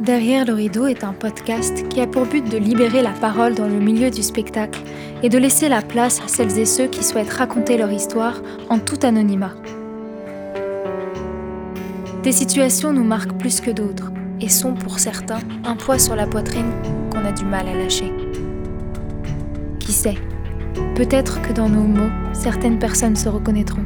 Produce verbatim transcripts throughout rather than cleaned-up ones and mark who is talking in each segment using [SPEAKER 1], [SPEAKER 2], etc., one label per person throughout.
[SPEAKER 1] Derrière le rideau est un podcast qui a pour but de libérer la parole dans le milieu du spectacle et de laisser la place à celles et ceux qui souhaitent raconter leur histoire en tout anonymat. Des situations nous marquent plus que d'autres et sont pour certains un poids sur la poitrine qu'on a du mal à lâcher. Qui sait, peut-être que dans nos mots, certaines personnes se reconnaîtront.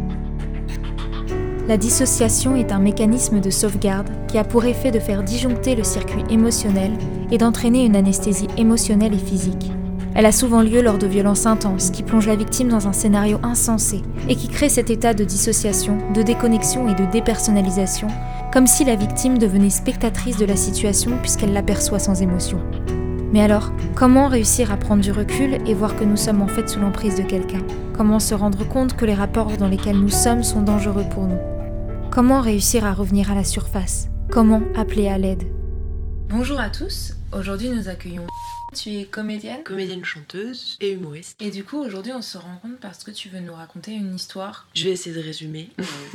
[SPEAKER 1] La dissociation est un mécanisme de sauvegarde qui a pour effet de faire disjoncter le circuit émotionnel et d'entraîner une anesthésie émotionnelle et physique. Elle a souvent lieu lors de violences intenses qui plongent la victime dans un scénario insensé et qui crée cet état de dissociation, de déconnexion et de dépersonnalisation, comme si la victime devenait spectatrice de la situation puisqu'elle l'aperçoit sans émotion. Mais alors, comment réussir à prendre du recul et voir que nous sommes en fait sous l'emprise de quelqu'un ? Comment se rendre compte que les rapports dans lesquels nous sommes sont dangereux pour nous ? Comment réussir à revenir à la surface ? Comment appeler à l'aide ?
[SPEAKER 2] Bonjour à tous, aujourd'hui nous accueillons... Tu es comédienne
[SPEAKER 3] Comédienne, chanteuse et humoriste.
[SPEAKER 2] Et du coup aujourd'hui on se rencontre parce que tu veux nous raconter une histoire.
[SPEAKER 3] Je vais essayer de résumer.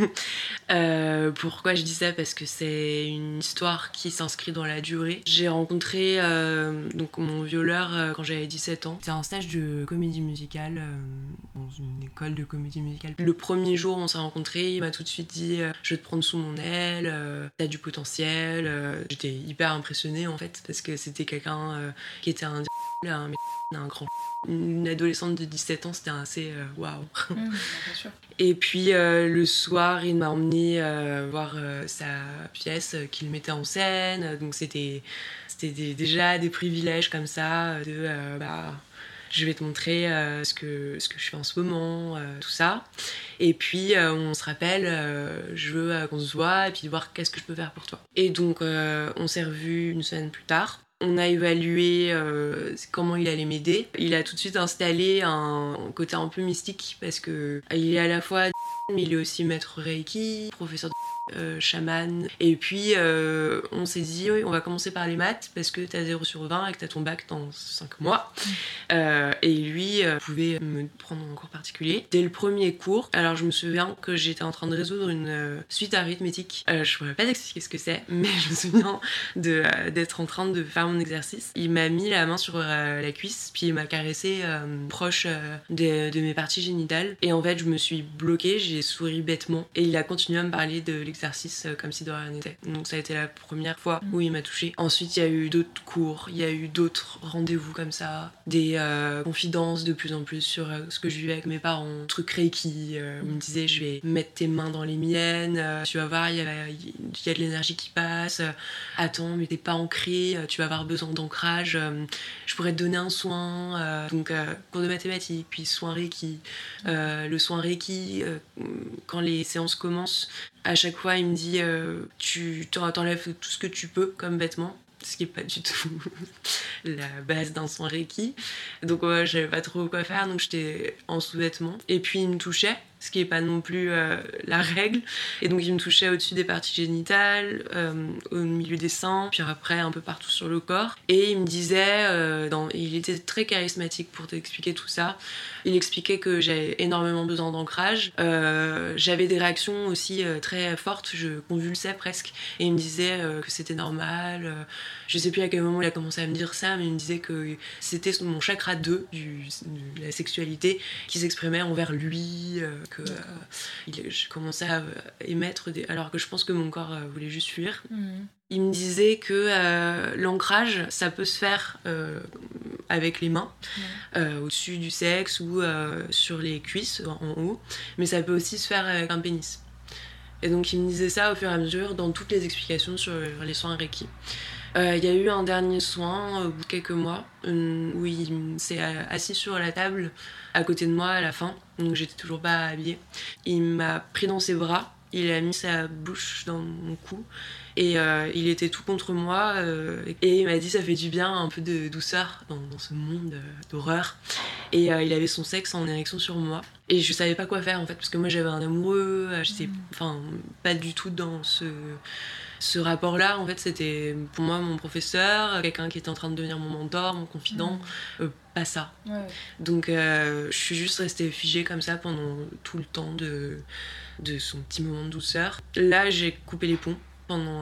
[SPEAKER 3] euh, pourquoi je dis ça ? Parce que c'est une histoire qui s'inscrit dans la durée. J'ai rencontré euh, donc mon violeur euh, quand j'avais dix-sept ans. C'était un stage de comédie musicale euh, dans une école de comédie musicale. Le premier jour où on s'est rencontrés, il m'a tout de suite dit euh, « Je veux te prendre sous mon aile, euh, t'as du potentiel euh. ». J'étais hyper impressionnée en fait parce que c'était quelqu'un euh, qui était un un, un grand une adolescente de dix-sept ans, c'était assez waouh. Wow.
[SPEAKER 2] Mmh, bien sûr.
[SPEAKER 3] Et puis euh, le soir, il m'a emmené euh, voir euh, sa pièce qu'il mettait en scène. Donc c'était, c'était des, déjà des privilèges comme ça de euh, bah, je vais te montrer euh, ce, que, ce que je fais en ce moment, euh, tout ça. Et puis euh, on se rappelle, euh, je veux euh, qu'on se voit et puis voir qu'est-ce que je peux faire pour toi. Et donc euh, on s'est revus une semaine plus tard. On a évalué euh, comment il allait m'aider. Il a tout de suite installé un côté un peu mystique parce que il est à la fois mais il est aussi maître Reiki, professeur de euh, chaman. Et puis euh, on s'est dit oui, on va commencer par les maths parce que t'as zéro sur vingt et que t'as ton bac dans cinq mois. Euh, et lui euh, pouvait me prendre en cours particulier. Dès le premier cours, alors je me souviens que j'étais en train de résoudre une euh, suite arithmétique. Euh, je pourrais pas t'expliquer ce que c'est, mais je me souviens de, euh, d'être en train de faire mon exercice. Il m'a mis la main sur euh, la cuisse, puis il m'a caressé euh, proche euh, de, de mes parties génitales. Et en fait, je me suis bloquée, j'ai souri bêtement. Et il a continué à me parler de l'exercice euh, comme si de rien n'était. Donc ça a été la première fois où il m'a touchée. Ensuite, il y a eu d'autres cours, il y a eu d'autres rendez-vous comme ça, des euh, confidences de plus en plus sur euh, ce que je vivais avec mes parents. Truc Reiki, euh, où il me disait je vais mettre tes mains dans les miennes, euh, tu vas voir, il y, y, y a de l'énergie qui passe. Euh, attends, mais t'es pas ancré, euh, tu vas avoir besoin d'ancrage, euh, je pourrais te donner un soin. Euh, donc euh, cours de mathématiques, puis soin Reiki. Euh, le soin Reiki, euh, quand les séances commencent, à chaque fois il me dit euh, tu t'enlèves tout ce que tu peux comme vêtements, ce qui est pas du tout la base d'un soin Reiki. Donc ouais, je savais pas trop quoi faire, donc j'étais en sous-vêtements. Et puis il me touchait, ce qui est pas non plus euh, la règle. Et donc il me touchait au-dessus des parties génitales, euh, au milieu des seins, puis après un peu partout sur le corps. Et il me disait, euh, dans... il était très charismatique pour t'expliquer tout ça. Il expliquait que j'avais énormément besoin d'ancrage. Euh, j'avais des réactions aussi euh, très fortes, je convulsais presque. Et il me disait euh, que c'était normal. Euh, je sais plus à quel moment il a commencé à me dire ça, mais il me disait que c'était mon chakra deux du, de la sexualité qui s'exprimait envers lui. Euh, que euh, il, je commençais à émettre des... alors que je pense que mon corps euh, voulait juste fuir. Mmh. Il me disait que euh, l'ancrage, ça peut se faire euh, avec les mains, mmh. euh, au-dessus du sexe ou euh, sur les cuisses en, en haut, mais ça peut aussi se faire avec un pénis. Et donc il me disait ça au fur et à mesure dans toutes les explications sur les soins Reiki. Il euh, y a eu un dernier soin au bout de quelques mois où il s'est assis sur la table à côté de moi à la fin, donc j'étais toujours pas habillée. Il m'a pris dans ses bras, il a mis sa bouche dans mon cou et euh, il était tout contre moi euh, et il m'a dit ça fait du bien, un peu de douceur dans, dans ce monde d'horreur. Et euh, il avait son sexe en érection sur moi et je savais pas quoi faire en fait parce que moi j'avais un amoureux, j'étais enfin pas du tout dans ce ce rapport-là. En fait c'était pour moi mon professeur, quelqu'un qui était en train de devenir mon mentor, mon confident, mmh. euh, pas ça. Ouais. Donc euh, je suis juste restée figée comme ça pendant tout le temps de, de son petit moment de douceur. Là j'ai coupé les ponts pendant un temps.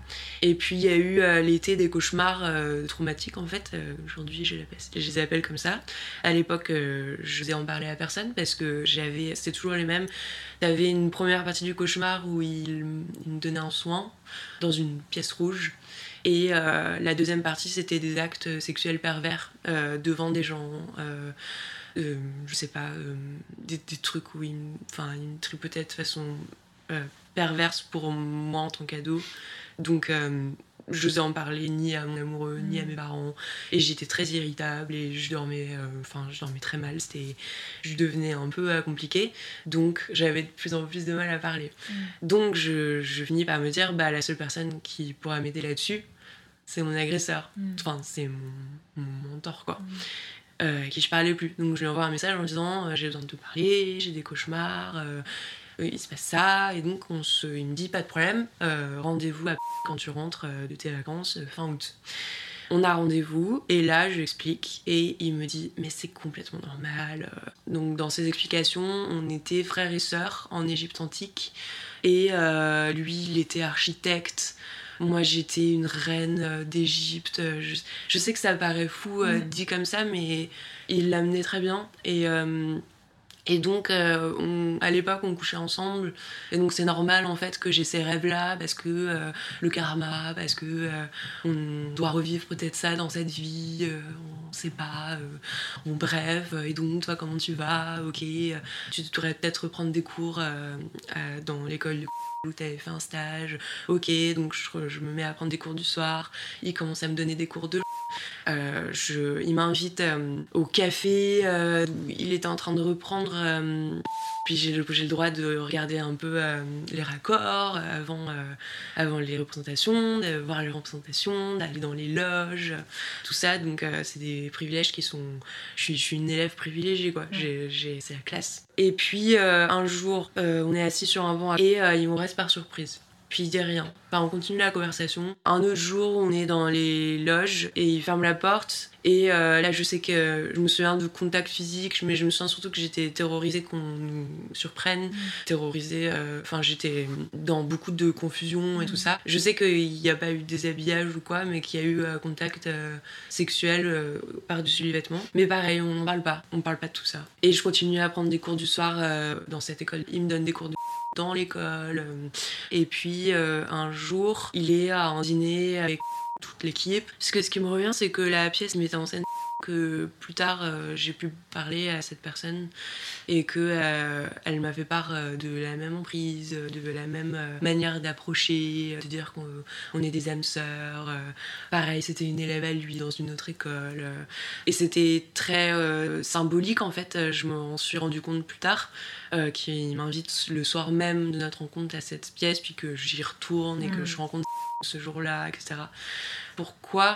[SPEAKER 3] Et puis il y a eu euh, l'été des cauchemars euh, traumatiques en fait. Euh, aujourd'hui je, je les appelle comme ça. À l'époque euh, je n'osais en parler à personne parce que j'avais, c'était toujours les mêmes. T'avais une première partie du cauchemar où il, il me donnait un soin dans une pièce rouge. Et euh, la deuxième partie c'était des actes sexuels pervers euh, devant des gens. Euh, euh, je sais pas, euh, des, des trucs où il, enfin, il me tripotait de façon euh, perverse pour moi en tant qu'ado. Donc euh, je n'osais en parler ni à mon amoureux mmh. ni à mes parents et j'étais très irritable et je dormais enfin euh, je dormais très mal, c'était je devenais un peu euh, compliquée, donc j'avais de plus en plus de mal à parler. Mmh. Donc je, je finis par me dire bah la seule personne qui pourra m'aider là-dessus c'est mon agresseur, mmh. enfin c'est mon, mon mentor quoi. Mmh. Euh, à qui je parlais plus. Donc je lui envoie un message en disant euh, j'ai besoin de te parler, j'ai des cauchemars, euh, euh, il se passe ça, et donc on se, il me dit pas de problème, euh, rendez-vous à quand tu rentres euh, de tes vacances euh, fin août. On a rendez-vous et là je lui explique et il me dit mais c'est complètement normal. Donc dans ses explications on était frères et sœurs en Égypte antique et euh, lui il était architecte. Moi, j'étais une reine d'Égypte. Je, je sais que ça paraît fou euh, mmh. dit comme ça, mais il l'amenait très bien. Et, euh, et donc, euh, on, à l'époque, on couchait ensemble. Et donc, c'est normal, en fait, que j'ai ces rêves-là, parce que euh, le karma, parce que euh, on doit revivre peut-être ça dans cette vie. Euh, on sait pas. Euh, bon, bref. Et donc, toi, comment tu vas ? Ok. Tu devrais peut-être reprendre des cours euh, euh, dans l'école de où t'avais fait un stage, ok, donc je, je me mets à prendre des cours du soir, il commence à me donner des cours de euh, je, il m'invite euh, au café, euh, il était en train de reprendre, euh, puis j'ai le, j'ai le droit de regarder un peu euh, les raccords avant, euh, avant les représentations, de voir les représentations, d'aller dans les loges, tout ça, donc euh, c'est des privilèges qui sont... Je suis, je suis une élève privilégiée, quoi, j'ai, j'ai, c'est la classe. Et puis euh, un jour, euh, on est assis sur un banc et euh, il me reste par surprise. Puis il dit rien. Enfin, on continue la conversation. Un autre jour, on est dans les loges et il ferme la porte. Et euh, là, je sais que je me souviens de contact physique, mais je me souviens surtout que j'étais terrorisée qu'on nous surprenne. Mmh. Terrorisée, enfin, euh, j'étais dans beaucoup de confusion et mmh. tout ça. Je sais qu'il n'y a pas eu de déshabillage ou quoi, mais qu'il y a eu euh, contact euh, sexuel euh, par-dessus les vêtements. Mais pareil, on n'en parle pas. On ne parle pas de tout ça. Et je continue à prendre des cours du soir euh, dans cette école. Il me donne des cours de dans l'école. Et puis euh, un jour, il est à un dîner avec toute l'équipe. Parce que ce qui me revient, c'est que la pièce mettait en scène que plus tard euh, j'ai pu parler à cette personne et que euh, elle m'a fait part euh, de la même emprise, de la même euh, manière d'approcher, de dire qu'on on est des âmes sœurs. Euh, pareil, c'était une élève à lui dans une autre école euh, et c'était très euh, symbolique en fait. Je m'en suis rendu compte plus tard euh, qu'il m'invite le soir même de notre rencontre à cette pièce, puis que j'y retourne et que mmh. je rencontre ce jour-là, et cetera. Pourquoi ?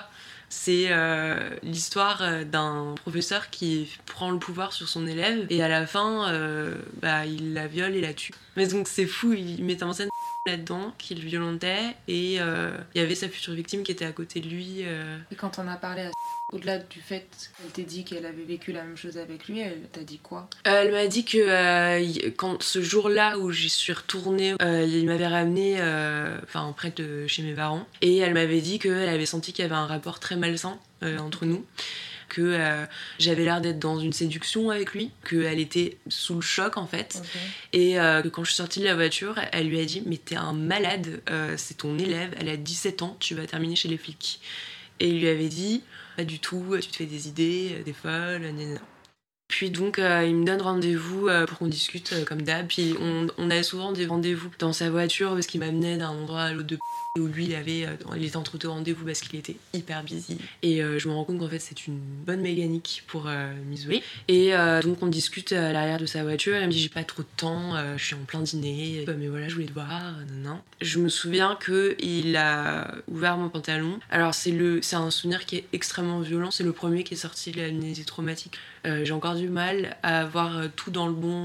[SPEAKER 3] C'est euh, l'histoire d'un professeur qui prend le pouvoir sur son élève et à la fin, euh, bah, il la viole et la tue. Mais donc c'est fou, il mettait en scène là-dedans, qu'il violentait et il euh, y avait sa future victime qui était à côté de lui. Euh...
[SPEAKER 2] Et quand on a parlé à au-delà du fait qu'elle t'ait dit qu'elle avait vécu la même chose avec lui, elle t'a dit quoi ?
[SPEAKER 3] euh, Elle m'a dit que euh, quand ce jour-là où j'y suis retournée, euh, il m'avait ramenée enfin euh, près de chez mes parents et elle m'avait dit qu'elle avait senti qu'il y avait un rapport très malsain euh, entre nous, que euh, j'avais l'air d'être dans une séduction avec lui, qu'elle était sous le choc en fait, okay. et euh, que quand je suis sortie de la voiture, elle lui a dit « mais t'es un malade, euh, c'est ton élève, elle a dix-sept ans, tu vas terminer chez les flics ». Et il lui avait dit « pas du tout, tu te fais des idées, des folles, nanana ». Puis donc euh, il me donne rendez-vous euh, pour qu'on discute euh, comme d'hab, puis on, on avait souvent des rendez-vous dans sa voiture parce qu'il m'amenait d'un endroit à l'autre de où lui il avait euh, il était entre deux rendez-vous parce qu'il était hyper busy et euh, je me rends compte qu'en fait c'est une bonne mécanique pour euh, m'isoler et euh, donc on discute à l'arrière de sa voiture, elle me dit j'ai pas trop de temps, euh, je suis en plein dîner, mais voilà je voulais te voir, non, non. Je me souviens que il a ouvert mon pantalon, alors c'est le c'est un souvenir qui est extrêmement violent, c'est le premier qui est sorti de l'amnésie traumatique. Euh, j'ai encore du mal à avoir tout dans le bon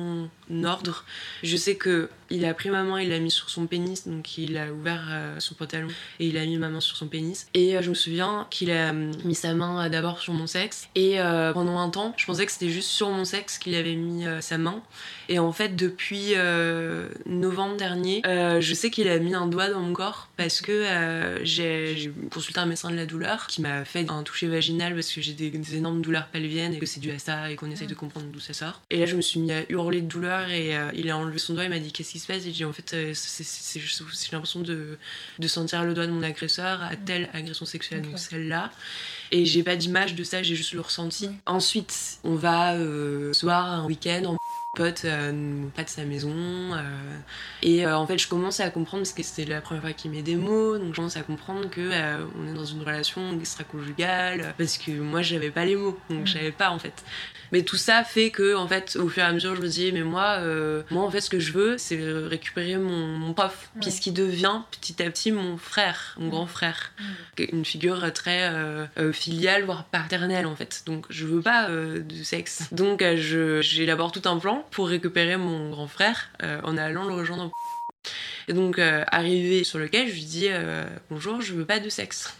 [SPEAKER 3] ordre. Je sais que il a pris ma main, il l'a mis sur son pénis, donc il a ouvert euh, son pantalon et il a mis ma main sur son pénis. Et euh, je me souviens qu'il a mis sa main euh, d'abord sur mon sexe. Et euh, pendant un temps, je pensais que c'était juste sur mon sexe qu'il avait mis euh, sa main. Et en fait, depuis euh, novembre dernier, euh, je sais qu'il a mis un doigt dans mon corps parce que euh, j'ai, j'ai consulté un médecin de la douleur qui m'a fait un toucher vaginal parce que j'ai des, des énormes douleurs pelviennes et que c'est dû à ça et qu'on essaye de comprendre d'où ça sort. Et là, je me suis mis à hurler de douleur et euh, il a enlevé son doigt, il m'a dit qu'est-ce qui se passe? Et j'ai dit en fait, euh, c'est, c'est, c'est, j'ai l'impression de, de sentir le doigt de mon agresseur à telle agression sexuelle, okay. Donc celle-là. Et j'ai pas d'image de ça, j'ai juste le ressenti. Ensuite, on va euh, soir, un week-end, en pote euh, nous pas de sa maison euh, et euh, en fait je commence à comprendre parce que c'était la première fois qu'il met des mots, donc je commence à comprendre que euh, on est dans une relation extra-conjugale parce que moi j'avais pas les mots, donc je savais pas en fait. Mais tout ça fait que en fait au fur et à mesure je me dis mais moi euh, moi en fait ce que je veux c'est récupérer mon, mon prof ouais. Puisqu'il devient petit à petit mon frère, mon grand frère, ouais. Une figure très euh, euh, filiale voire paternelle en fait, donc je veux pas euh, de sexe, donc euh, je, j'élabore tout un plan pour récupérer mon grand frère euh, en allant le rejoindre. Et donc, euh, arrivé sur le quai, je lui dis euh, bonjour, je veux pas de sexe.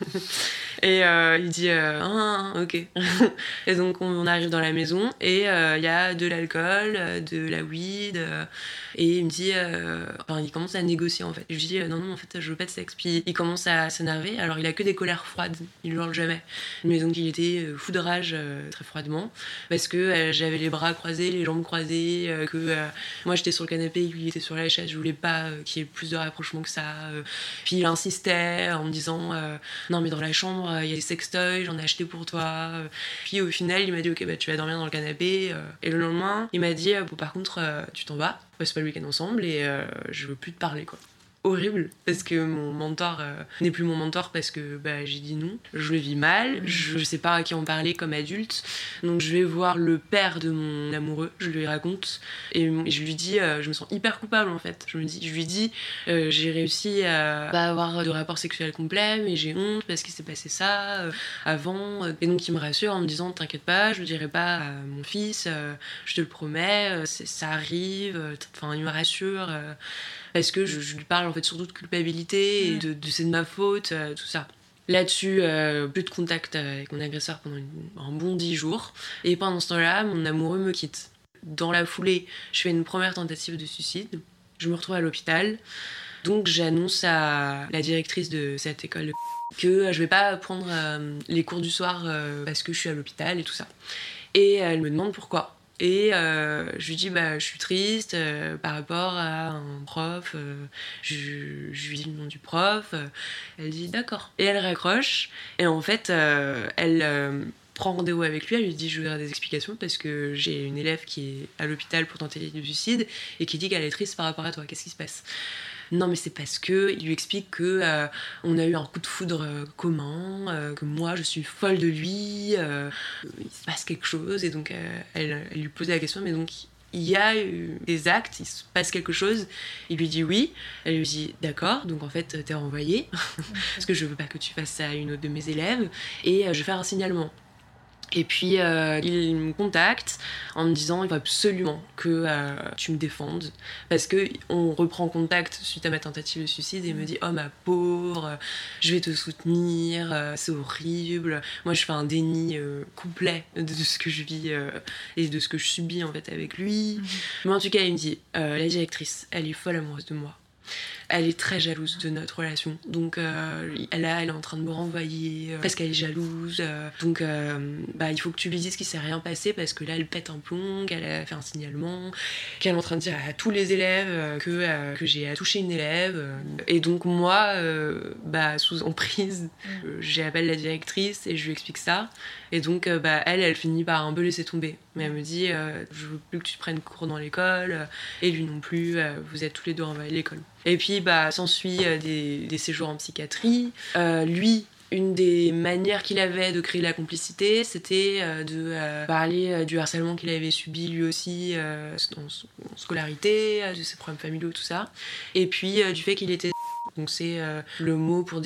[SPEAKER 3] Et euh, il dit euh, ah, ok. Et donc, on arrive dans la maison et il euh, y a de l'alcool, de la weed. Euh, et il me dit, euh, enfin, il commence à négocier en fait. Et je lui dis euh, non, non, en fait, je veux pas de sexe. Puis il commence à s'énerver. Alors, il a que des colères froides, il hurle jamais. Mais donc, il était fou de rage euh, très froidement parce que euh, j'avais les bras croisés, les jambes croisées, euh, que euh, moi j'étais sur le canapé, lui il était sur la chaise. Je voulais pas euh, qu'il y ait plus de rapprochement que ça. Euh. Puis il insistait en me disant euh, non, mais dans la chambre, il euh, y a des sextoys, j'en ai acheté pour toi. Euh. Puis au final, il m'a dit ok, bah tu vas dormir dans le canapé. Euh. Et le lendemain, il m'a dit bon, par contre, euh, tu t'en vas, on passe pas le week-end ensemble et euh, je veux plus te parler quoi. Horrible parce que mon mentor euh, n'est plus mon mentor parce que bah, j'ai dit non, je le vis mal, je sais pas à qui en parler comme adulte, donc je vais voir le père de mon amoureux, je lui raconte et je lui dis euh, je me sens hyper coupable en fait, je, me dis, je lui dis euh, j'ai réussi à pas avoir de rapport sexuel complet mais j'ai honte parce qu'il s'est passé ça euh, avant, et donc il me rassure en me disant t'inquiète pas, je le dirai pas à mon fils, euh, je te le promets, euh, ça arrive, enfin il me rassure euh, parce que je, je lui parle en fait surtout de culpabilité et de, de c'est de ma faute, euh, tout ça. Là-dessus, euh, plus de contact avec mon agresseur pendant une, un bon dix jours. Et pendant ce temps-là, mon amoureux me quitte. Dans la foulée, je fais une première tentative de suicide. Je me retrouve à l'hôpital. Donc j'annonce à la directrice de cette école que je vais pas prendre euh, les cours du soir euh, parce que je suis à l'hôpital et tout ça. Et elle me demande pourquoi. Et euh, je lui dis bah je suis triste euh, par rapport à un prof, euh, je, je lui dis le nom du prof, euh, elle dit d'accord et elle raccroche et en fait euh, elle euh, prend rendez-vous avec lui, elle lui dit je veux avoir des explications parce que j'ai une élève qui est à l'hôpital pour tenter le suicide et qui dit qu'elle est triste par rapport à toi, qu'est-ce qui se passe? Non mais c'est parce que il lui explique que euh, on a eu un coup de foudre euh, commun, euh, que moi je suis folle de lui, euh, il se passe quelque chose et donc euh, elle, elle lui pose la question mais donc il y a eu des actes, il se passe quelque chose, il lui dit oui, elle lui dit d'accord donc en fait t'es renvoyée parce que je veux pas que tu fasses ça à une autre de mes élèves et euh, je vais faire un signalement. Et puis euh, il me contacte en me disant il faut absolument que euh, tu me défendes parce que on reprend contact suite à ma tentative de suicide et il me dit oh ma pauvre, je vais te soutenir, euh, c'est horrible, moi je fais un déni euh, complet de, de ce que je vis euh, et de ce que je subis en fait avec lui. Mmh. Mais en tout cas il me dit euh, la directrice elle est folle amoureuse de moi. Elle est très jalouse de notre relation, donc euh, là elle est en train de me renvoyer euh, parce qu'elle est jalouse, euh, donc euh, bah, il faut que tu lui dises qu'il s'est rien passé parce que là elle pète un plomb, qu'elle a fait un signalement, qu'elle est en train de dire à tous les élèves euh, que, euh, que j'ai touché une élève, euh, et donc moi, euh, bah, sous emprise, euh, j'appelle la directrice et je lui explique ça, et donc euh, bah, elle, elle finit par un peu laisser tomber, mais elle me dit euh, je veux plus que tu prennes cours dans l'école, euh, et lui non plus, euh, vous êtes tous les deux envoyés de l'école. Et puis bah, s'ensuit euh, des, des séjours en psychiatrie. Euh, lui, une des manières qu'il avait de créer la complicité, c'était euh, de euh, parler euh, du harcèlement qu'il avait subi lui aussi euh, en, en scolarité, euh, de ses problèmes familiaux, tout ça. Et puis euh, du fait qu'il était... Donc c'est euh, le mot pour dire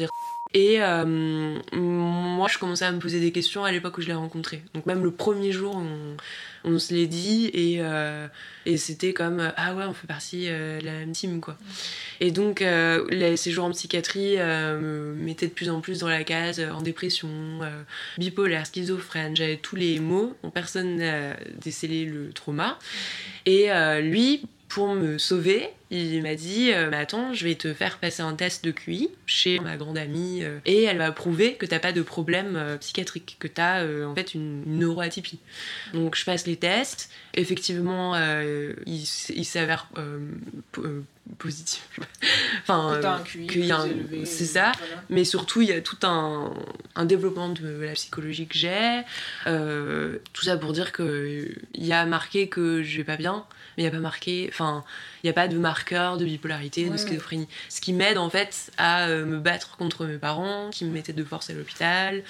[SPEAKER 3] Et euh, moi, je commençais à me poser des questions à l'époque où je l'ai rencontré. Donc même le premier jour, on, on se l'est dit et, euh, et c'était comme euh, ah ouais, on fait partie euh, de la même team quoi. Et donc euh, les séjours en psychiatrie euh, me mettaient de plus en plus dans la case euh, en dépression, euh, bipolaire, schizophrène. J'avais tous les mots. Personne n'a décelé le trauma. Et euh, lui, pour me sauver, il m'a dit euh, « Mais attends, je vais te faire passer un test de Q I chez ma grande amie euh, et elle va prouver que t'as pas de problème euh, psychiatrique, que t'as euh, en fait une, une neuroatypie. » Donc je passe les tests, effectivement euh, il, il s'avère euh, p- euh, positif. Enfin,
[SPEAKER 2] que t'as un Q I
[SPEAKER 3] qu'il y a un-
[SPEAKER 2] élevé,
[SPEAKER 3] c'est ça,
[SPEAKER 2] voilà.
[SPEAKER 3] mais surtout il y a tout un, un développement de la psychologie que j'ai, euh, tout ça pour dire qu'il y a marqué que je vais pas bien, mais il n'y a pas marqué, enfin, il n'y a pas de marqueur de bipolarité,
[SPEAKER 2] Ouais,
[SPEAKER 3] de schizophrénie. Ouais. Ce qui m'aide en fait à euh, me battre contre mes parents, qui me mettaient de force à l'hôpital.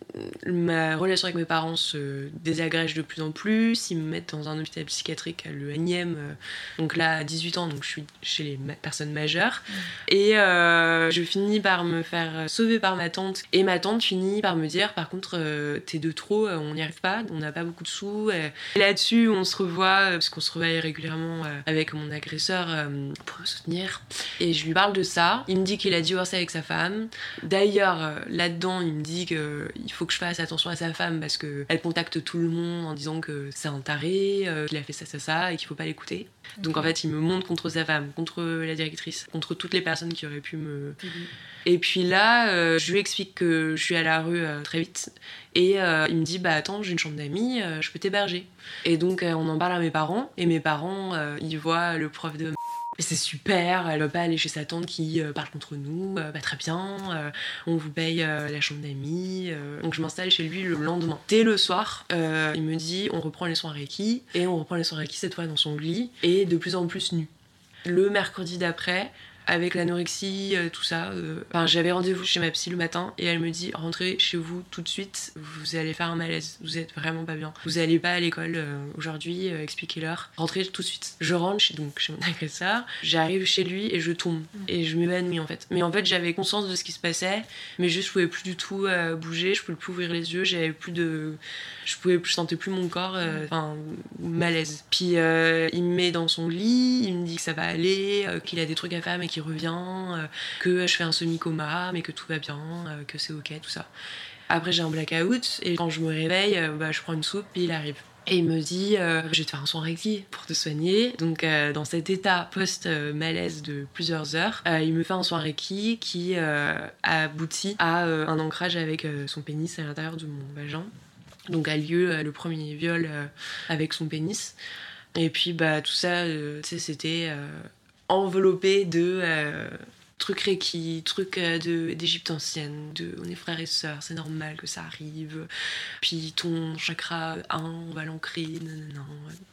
[SPEAKER 3] Ma relation avec mes parents se désagrège de plus en plus, ils me mettent dans un hôpital psychiatrique, le énième, euh, donc là à dix-huit ans, donc je suis chez les ma- personnes majeures. Mmh. Et euh, je finis par me faire sauver par ma tante, et ma tante finit par me dire, par contre, euh, t'es de trop, on n'y arrive pas, on n'a pas beaucoup de sous. Et là-dessus, on se revoit, parce qu'on se revoit régulièrement avec mon agresseur euh, pour me soutenir. Et je lui parle de ça. Il me dit qu'il a divorcé avec sa femme. D'ailleurs, là-dedans, il me dit qu'il faut que je fasse attention à sa femme parce qu'elle contacte tout le monde en disant que c'est un taré, euh, qu'il a fait ça, ça, ça, et qu'il faut pas l'écouter. Okay. Donc en fait, il me monte contre sa femme, contre la directrice, contre toutes les personnes qui auraient pu me... Mmh. Et puis là, euh, je lui explique que je suis à la rue euh, très vite. Et euh, il me dit, bah attends, j'ai une chambre d'amis, euh, je peux t'héberger. Et donc euh, on en parle à mes parents, et mes parents, euh, ils voient le prof de... Et c'est super, elle va pas aller chez sa tante qui euh, parle contre nous, euh, bah très bien, euh, on vous paye euh, la chambre d'amis. Euh. Donc je m'installe chez lui le lendemain. Dès le soir, euh, il me dit, on reprend les soins Reiki, et on reprend les soins Reiki cette fois dans son lit, et de plus en plus nu. Le mercredi d'après, avec l'anorexie, euh, tout ça, euh, enfin, j'avais rendez-vous chez ma psy le matin et elle me dit rentrez chez vous tout de suite, vous allez faire un malaise, vous êtes vraiment pas bien, vous allez pas à l'école euh, aujourd'hui, euh, expliquez-leur, rentrez tout de suite. Je rentre chez, donc, chez mon agresseur, j'arrive chez lui et je tombe et je m'évanouis en fait. Mais en fait j'avais conscience de ce qui se passait, mais juste je pouvais plus du tout euh, bouger, je pouvais plus ouvrir les yeux, j'avais plus de... Je pouvais plus, je sentais plus mon corps, enfin euh, malaise. Puis euh, il me met dans son lit, il me dit que ça va aller, euh, qu'il a des trucs à faire mais qu'il revient, euh, que je fais un semi-coma mais que tout va bien, euh, que c'est ok, tout ça. Après j'ai un blackout et quand je me réveille, euh, bah, je prends une soupe et il arrive. Et il me dit euh, je vais te faire un soin Reiki pour te soigner. Donc euh, dans cet état post-malaise de plusieurs heures, euh, il me fait un soin Reiki qui euh, aboutit à euh, un ancrage avec euh, son pénis à l'intérieur de mon vagin. Donc a lieu euh, le premier viol euh, avec son pénis. Et puis bah tout ça, euh, tu sais, c'était euh, enveloppé de euh, trucs Reiki, trucs euh, de, d'Égypte ancienne, de on est frères et sœurs, c'est normal que ça arrive. Puis ton chakra un, on va l'ancrer, nanana.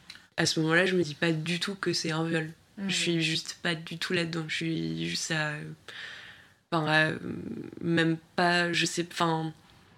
[SPEAKER 3] À ce moment-là, je me dis pas du tout que c'est un viol. Mmh. Je suis juste pas du tout là-dedans. Je suis juste à... Enfin, à, même pas... Je sais... Enfin...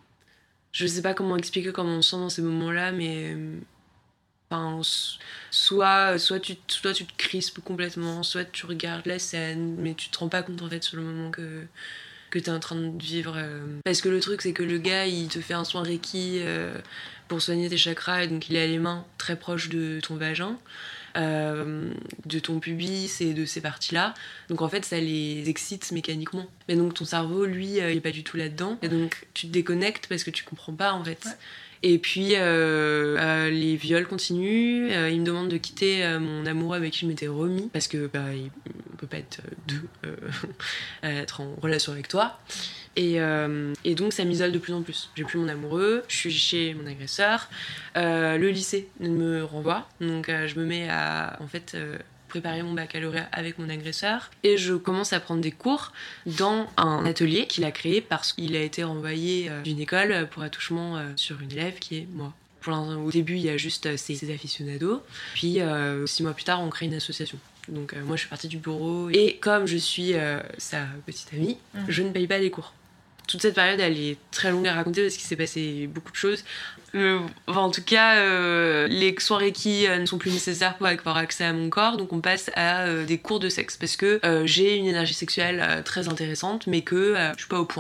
[SPEAKER 3] Je sais pas comment expliquer comment on se sent dans ces moments-là, mais enfin, soit, soit, tu, soit tu te crispes complètement, soit tu regardes la scène, mais tu te rends pas compte en fait sur le moment que, que t'es en train de vivre. Parce que le truc, c'est que le gars, il te fait un soin Reiki euh, pour soigner tes chakras, et donc il a les mains très proches de ton vagin. Euh, de ton pubis et de ces parties-là. Donc en fait, ça les excite mécaniquement. Mais donc ton cerveau, lui, euh, il est pas du tout là-dedans. Et donc tu te déconnectes parce que tu comprends pas en fait. Ouais. Et puis euh, euh, les viols continuent. Euh, il me demande de quitter euh, mon amoureux avec qui je m'étais remis parce que bah, il peut pas être deux euh, à être en relation avec toi. Et, euh, et donc ça m'isole de plus en plus. J'ai plus mon amoureux, je suis chez mon agresseur. Euh, le lycée me renvoie, donc euh, je me mets à en fait euh, préparer mon baccalauréat avec mon agresseur et je commence à prendre des cours dans un atelier qu'il a créé parce qu'il a été renvoyé euh, d'une école pour attouchement euh, sur une élève qui est moi. Pour au début, il y a juste euh, ces, ces aficionados. Puis euh, six mois plus tard, on crée une association. Donc euh, moi, je suis partie du bureau et comme je suis euh, sa petite amie, mmh. je ne paye pas les cours. Toute cette période, elle est très longue à raconter parce qu'il s'est passé beaucoup de choses. Euh, enfin, en tout cas, euh, les soins Reiki euh, ne sont plus nécessaires pour avoir accès à mon corps, donc on passe à euh, des cours de sexe parce que euh, j'ai une énergie sexuelle euh, très intéressante, mais que euh, je suis pas au point, quoi.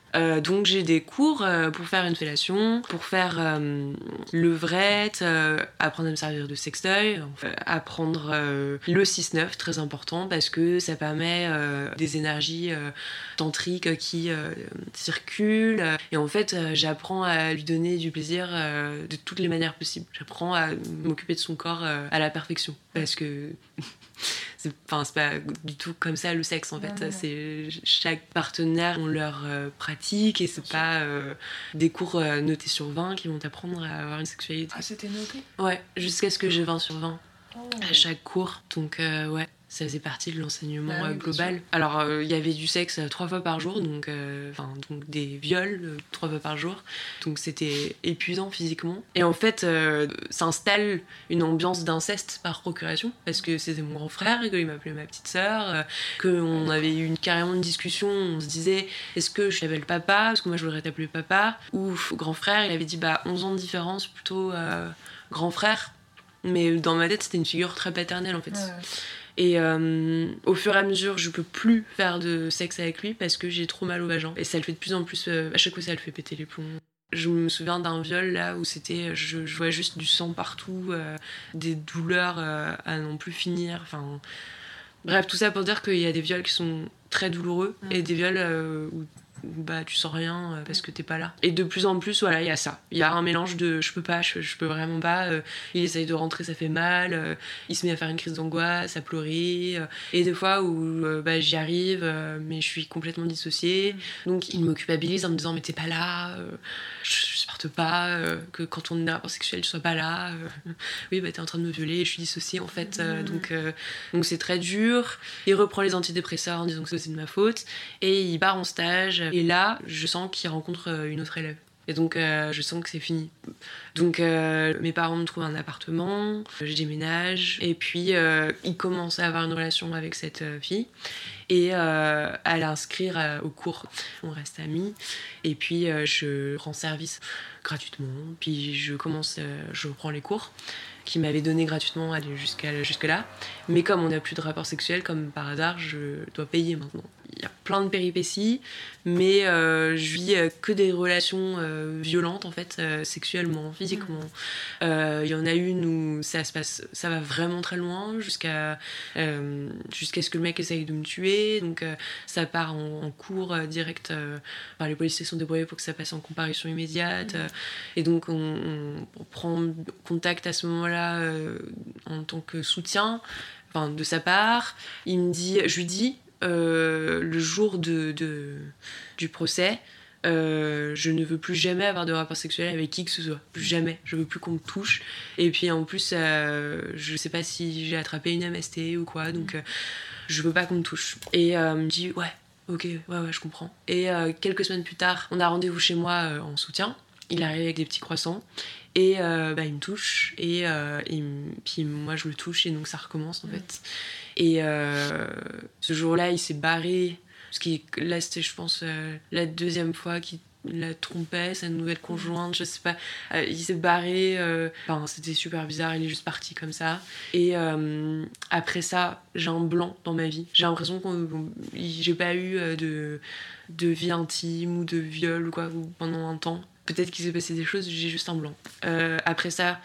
[SPEAKER 3] Euh, donc j'ai des cours euh, pour faire une fellation, pour faire euh, levrette, euh, apprendre à me servir de sextoy, euh, apprendre euh, le six neuf, très important parce que ça permet euh, des énergies euh, tantriques qui euh, circulent. Et en fait, euh, j'apprends à lui donner du plaisir euh, de toutes les manières possibles. J'apprends à m'occuper de son corps euh, à la perfection parce que... C'est, enfin, c'est pas du tout comme ça le sexe en fait. Non, non, non. C'est, chaque partenaire ont leur euh, pratique et c'est Bien pas euh, des cours euh, notés sur vingt qui vont t'apprendre à avoir une sexualité.
[SPEAKER 2] Ah, c'était noté ?
[SPEAKER 3] Ouais, jusqu'à ce que j'ai vingt sur vingt
[SPEAKER 2] oh.
[SPEAKER 3] à chaque cours. Donc euh, ouais, ça faisait partie de l'enseignement
[SPEAKER 2] bah,
[SPEAKER 3] euh,
[SPEAKER 2] oui,
[SPEAKER 3] global. Alors il euh, y avait du sexe euh, trois fois par jour, donc, euh, donc des viols euh, trois fois par jour. Donc c'était épuisant physiquement. Et en fait, euh, s'installe une ambiance d'inceste par procuration, parce que c'était mon grand frère, qu'il m'appelait ma petite sœur, euh, qu'on avait eu une, carrément une discussion, on se disait, est-ce que je l'appelle papa, parce que moi je voudrais t'appeler papa, ou grand frère, il avait dit, bah onze ans de différence, plutôt euh, grand frère. Mais dans ma tête, c'était une figure très paternelle en fait. Ouais. Et euh, au fur et à mesure, je peux plus faire de sexe avec lui parce que j'ai trop mal au vagin. Et ça le fait de plus en plus, euh, à chaque fois ça le fait péter les plombs. Je me souviens d'un viol là où c'était, je, je voyais juste du sang partout, euh, des douleurs euh, à n'en plus finir. Enfin, bref, tout ça pour dire qu'il y a des viols qui sont très douloureux mmh. et des viols euh, où bah tu sens rien parce que t'es pas là. Et de plus en plus, voilà, il y a ça. Il y a un mélange de je peux pas, je, je peux vraiment pas. Euh, il essaye de rentrer, ça fait mal. Euh, il se met à faire une crise d'angoisse, à pleurer. Euh, et des fois où euh, bah, j'y arrive, euh, mais je suis complètement dissociée. Donc il me culpabilise en me disant mais t'es pas là, euh, je, je supporte pas euh, que quand on est rapport sexuel tu sois pas là. Euh, oui, bah t'es en train de me violer, je suis dissociée en fait. Euh, donc euh, donc c'est très dur. Il reprend les antidépresseurs en disant que c'est de ma faute. Et il part en stage. Et là, je sens qu'il rencontre une autre élève. Et donc, euh, je sens que c'est fini. Donc, euh, mes parents me trouvent un appartement, je déménage, et puis euh, ils commencent à avoir une relation avec cette euh, fille, et euh, à l'inscrire euh, au cours. On reste amis, et puis euh, je rends service gratuitement, puis je commence, euh, je reprends les cours qui m'avait donné gratuitement aller jusqu'à, jusque-là. Mais comme on n'a plus de rapport sexuel, comme par hasard, je dois payer maintenant. Il y a plein de péripéties, mais euh, je vis euh, que des relations euh, violentes, en fait, euh, sexuellement, physiquement. Il euh, y en a une où ça se passe, ça va vraiment très loin, jusqu'à, euh, jusqu'à ce que le mec essaye de me tuer. Donc euh, ça part en, en cours euh, direct. Euh, enfin, les policiers sont débrouillés pour que ça passe en comparution immédiate. Euh, et donc on, on, on prend contact à ce moment-là euh, en tant que soutien, enfin, de sa part. Il me dit, je lui dis, euh, le jour de, de, du procès, euh, je ne veux plus jamais avoir de rapport sexuel avec qui que ce soit. Plus jamais. Je veux plus qu'on me touche. Et puis en plus, euh, je sais pas si j'ai attrapé une M S T ou quoi, donc euh, je veux pas qu'on me touche. Et euh, il me dit, ouais, ok, ouais, ouais, je comprends. Et euh, quelques semaines plus tard, on a rendez-vous chez moi euh, en soutien. Il arrive avec des petits croissants. Et euh, bah, il me touche, et, euh, et puis moi je le touche, et donc ça recommence en fait. Et euh, ce jour-là, il s'est barré, parce que là c'était, je pense, euh, la deuxième fois qu'il la trompait, sa nouvelle conjointe, je sais pas. Euh, il s'est barré, euh, enfin c'était super bizarre, il est juste parti comme ça. Et euh, après ça, j'ai un blanc dans ma vie. J'ai l'impression que j'ai pas eu de, de vie intime ou de viol ou quoi pendant un temps. Peut-être qu'il s'est passé des choses, j'ai juste un blanc. Euh, après ça,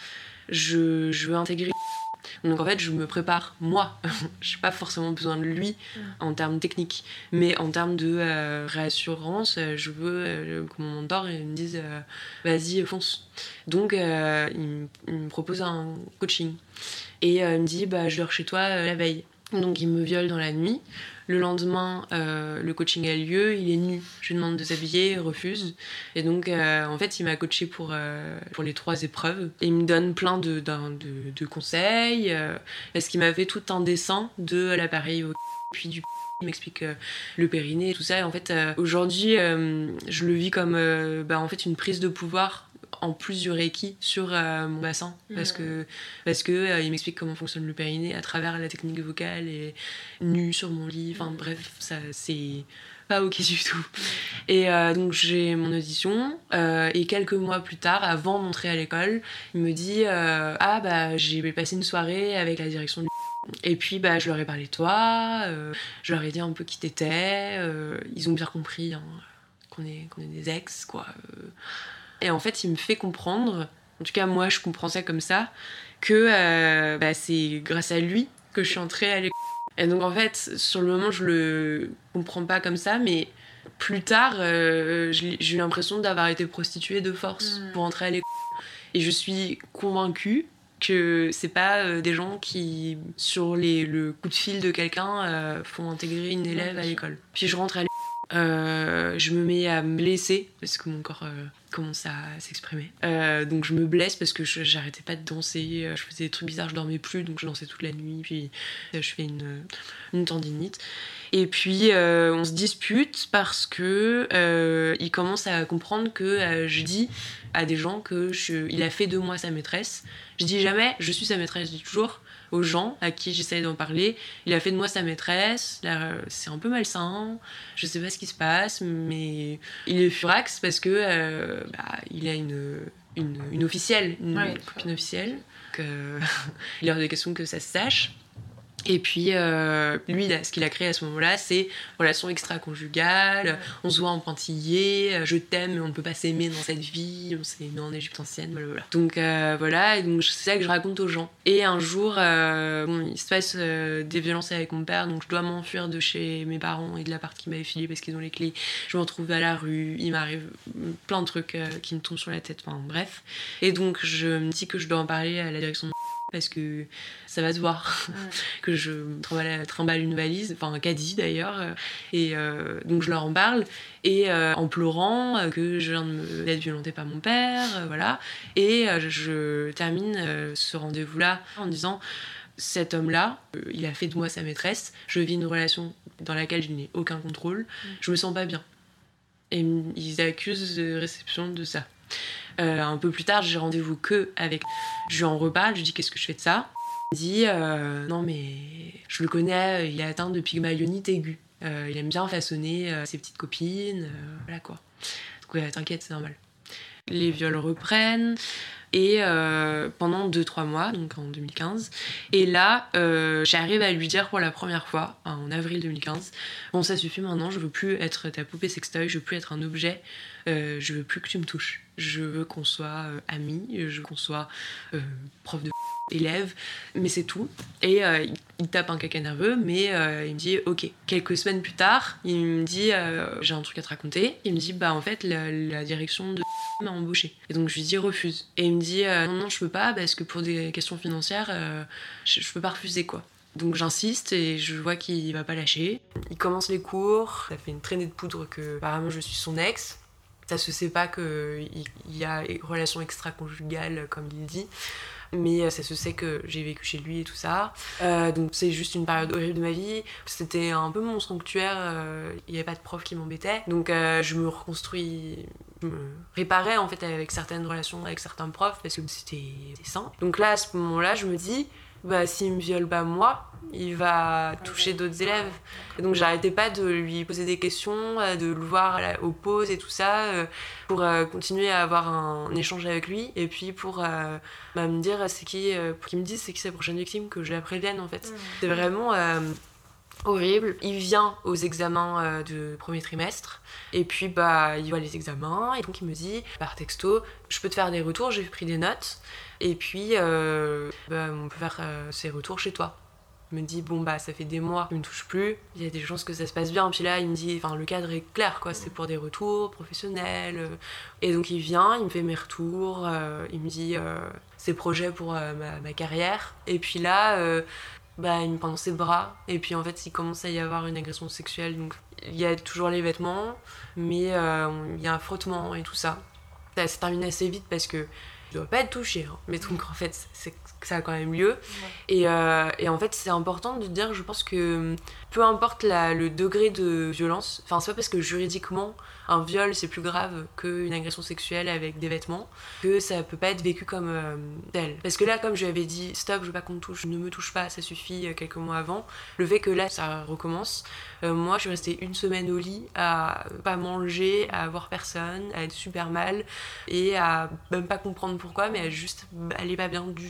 [SPEAKER 3] je, je veux intégrer. Donc en fait, je me prépare, moi. J'ai pas forcément besoin de lui en termes techniques. Mais en termes de euh, réassurance, je veux euh, que mon mentor il me dise euh, vas-y, fonce. Donc euh, il, il me propose un coaching. Et euh, il me dit bah, je dors chez toi euh, la veille. Donc il me viole dans la nuit. Le lendemain, euh, le coaching a lieu, il est nu. Je lui demande de s'habiller, il refuse. Et donc, euh, en fait, il m'a coaché pour, euh, pour les trois épreuves. Et il me donne plein de, de, de conseils, euh, parce qu'il m'a fait tout un dessin de l'appareil, puis du il m'explique euh, le périnée et tout ça. Et en fait, euh, aujourd'hui, euh, je le vis comme euh, bah, en fait, une prise de pouvoir en plus du Reiki sur euh, mon bassin parce que, parce que euh, il m'explique comment fonctionne le périnée à travers la technique vocale et nu sur mon lit, enfin bref, ça c'est pas ok du tout. Et euh, donc j'ai mon audition euh, et quelques mois plus tard, avant d'entrer à l'école, il me dit euh, ah bah j'ai passé une soirée avec la direction du et puis bah je leur ai parlé de toi, euh, je leur ai dit un peu qui t'étais, euh, ils ont bien compris hein. qu'on est, qu'on est des ex, quoi. Et en fait, il me fait comprendre, en tout cas moi je comprends ça comme ça, que euh, bah, c'est grâce à lui que je suis entrée à l'école. Et donc en fait, sur le moment, je le comprends pas comme ça, mais plus tard, euh, j'ai eu l'impression d'avoir été prostituée de force mmh. pour entrer à l'école. Et je suis convaincue que c'est pas euh, des gens qui, sur les, le coup de fil de quelqu'un, euh, font intégrer une élève à l'école. Puis je rentre à l'école, euh, je me mets à me blesser, parce que mon corps euh, commence à s'exprimer. Euh, donc je me blesse parce que je, j'arrêtais pas de danser, je faisais des trucs bizarres, je dormais plus, donc je dansais toute la nuit, puis euh, je fais une, une tendinite. Et puis euh, on se dispute parce que euh, il commence à comprendre que euh, je dis à des gens que je, il a fait de moi sa maîtresse. Je dis jamais je suis sa maîtresse, je dis toujours aux gens à qui j'essaie d'en parler, il a fait de moi sa maîtresse, là, c'est un peu malsain, je sais pas ce qui se passe, mais il est furax parce que euh, bah, il a une, une, une officielle, une ouais, copine ouais. officielle, que il est hors de question que ça se sache. Et puis, euh, lui, là, ce qu'il a créé à ce moment-là, c'est relation extra-conjugale, ouais. on se voit en pointillé, je t'aime, mais on ne peut pas s'aimer dans cette vie, on s'est aimé en Égypte ancienne, blablabla. Donc euh, voilà, et donc c'est ça que je raconte aux gens. Et un jour, euh, bon, il se passe euh, des violences avec mon père, donc je dois m'enfuir de chez mes parents et de l'appart qu'ils m'avaient filé parce qu'ils ont les clés. Je me retrouve à la rue, il m'arrive plein de trucs euh, qui me tombent sur la tête, enfin bref. Et donc je me dis que je dois en parler à la direction de parce que ça va se voir ouais. que je trimballe, trimballe une valise, enfin un caddie d'ailleurs, et euh, donc je leur en parle, et euh, en pleurant euh, que je viens de me, d'être violentée par mon père, euh, voilà, et euh, je termine euh, ce rendez-vous-là en disant cet homme-là, euh, il a fait de moi sa maîtresse, je vis une relation dans laquelle je n'ai aucun contrôle, mmh. je me sens pas bien. Et ils accusent de réception de ça. Euh, un peu plus tard, j'ai rendez-vous que avec. Je lui en reparle, je lui dis qu'est-ce que je fais de ça. Il me dit euh, non mais je le connais, il est atteint de pygmalionnite aiguë. Euh, il aime bien façonner euh, ses petites copines, euh, voilà quoi. Donc ouais, t'inquiète, c'est normal. Les viols reprennent et euh, pendant deux trois mois, donc en deux mille quinze. Et là, euh, j'arrive à lui dire pour la première fois, en avril deux mille quinze, bon ça suffit maintenant, je veux plus être ta poupée sextoy, je veux plus être un objet, euh, je veux plus que tu me touches. Je veux qu'on soit euh, amis, je veux qu'on soit euh, prof de élève, mais c'est tout. Et euh, il, il tape un caca nerveux, mais euh, il me dit ok. Quelques semaines plus tard, il me dit euh, j'ai un truc à te raconter. Il me dit bah en fait la, la direction de m'a embauché. Et donc je lui dis refuse. Et il me dit euh, non non je peux pas parce que pour des questions financières euh, je, je peux pas refuser quoi. Donc j'insiste et je vois qu'il va pas lâcher. Il commence les cours, ça fait une traînée de poudre que apparemment je suis son ex. Ça se sait pas qu'il y a une relation extra-conjugale comme il dit, mais ça se sait que j'ai vécu chez lui et tout ça. Euh, donc c'est juste une période horrible de ma vie. C'était un peu mon sanctuaire, euh, il n'y avait pas de prof qui m'embêtait. Donc euh, je me reconstruis, je me réparais en fait avec certaines relations avec certains profs parce que c'était, c'était sain. Donc là à ce moment-là je me dis, bah s'il me viole pas moi, il va toucher d'autres élèves. Et donc j'arrêtais pas de lui poser des questions, de le voir aux pauses et tout ça, pour continuer à avoir un échange avec lui, et puis pour euh, bah, me dire c'est qui, pour qu'il me dise c'est qui sa prochaine victime, que je la prévienne en fait. Mmh. C'est vraiment euh, horrible. Il vient aux examens euh, de premier trimestre, et puis bah il voit les examens, et donc il me dit par texto, je peux te faire des retours, j'ai pris des notes, et puis euh, bah, on peut faire euh, ces retours chez toi. Il me dit bon bah ça fait des mois qu'il me touche plus, il y a des chances que ça se passe bien, puis là il me dit enfin le cadre est clair quoi, c'est pour des retours professionnels, et donc il vient, il me fait mes retours, euh, il me dit euh, ses projets pour euh, ma, ma carrière, et puis là euh, bah il me prend dans ses bras, et puis en fait il commence à y avoir une agression sexuelle, donc il y a toujours les vêtements, mais euh, il y a un frottement et tout ça. Ça s'est terminé assez vite parce que je dois pas être touchée, hein. Mais donc en fait c'est ça a quand même lieu, ouais. et, euh, et en fait c'est important de dire, je pense que peu importe la, le degré de violence, enfin c'est pas parce que juridiquement un viol c'est plus grave qu'une agression sexuelle avec des vêtements que ça peut pas être vécu comme euh, tel, parce que là comme je lui avais dit stop, je veux pas qu'on me touche, ne me touche pas, ça suffit, euh, quelques mois avant, le fait que là ça recommence, euh, moi je suis restée une semaine au lit à pas manger, à voir personne, à être super mal et à même pas comprendre pourquoi, mais à juste aller pas bien du tout du tout.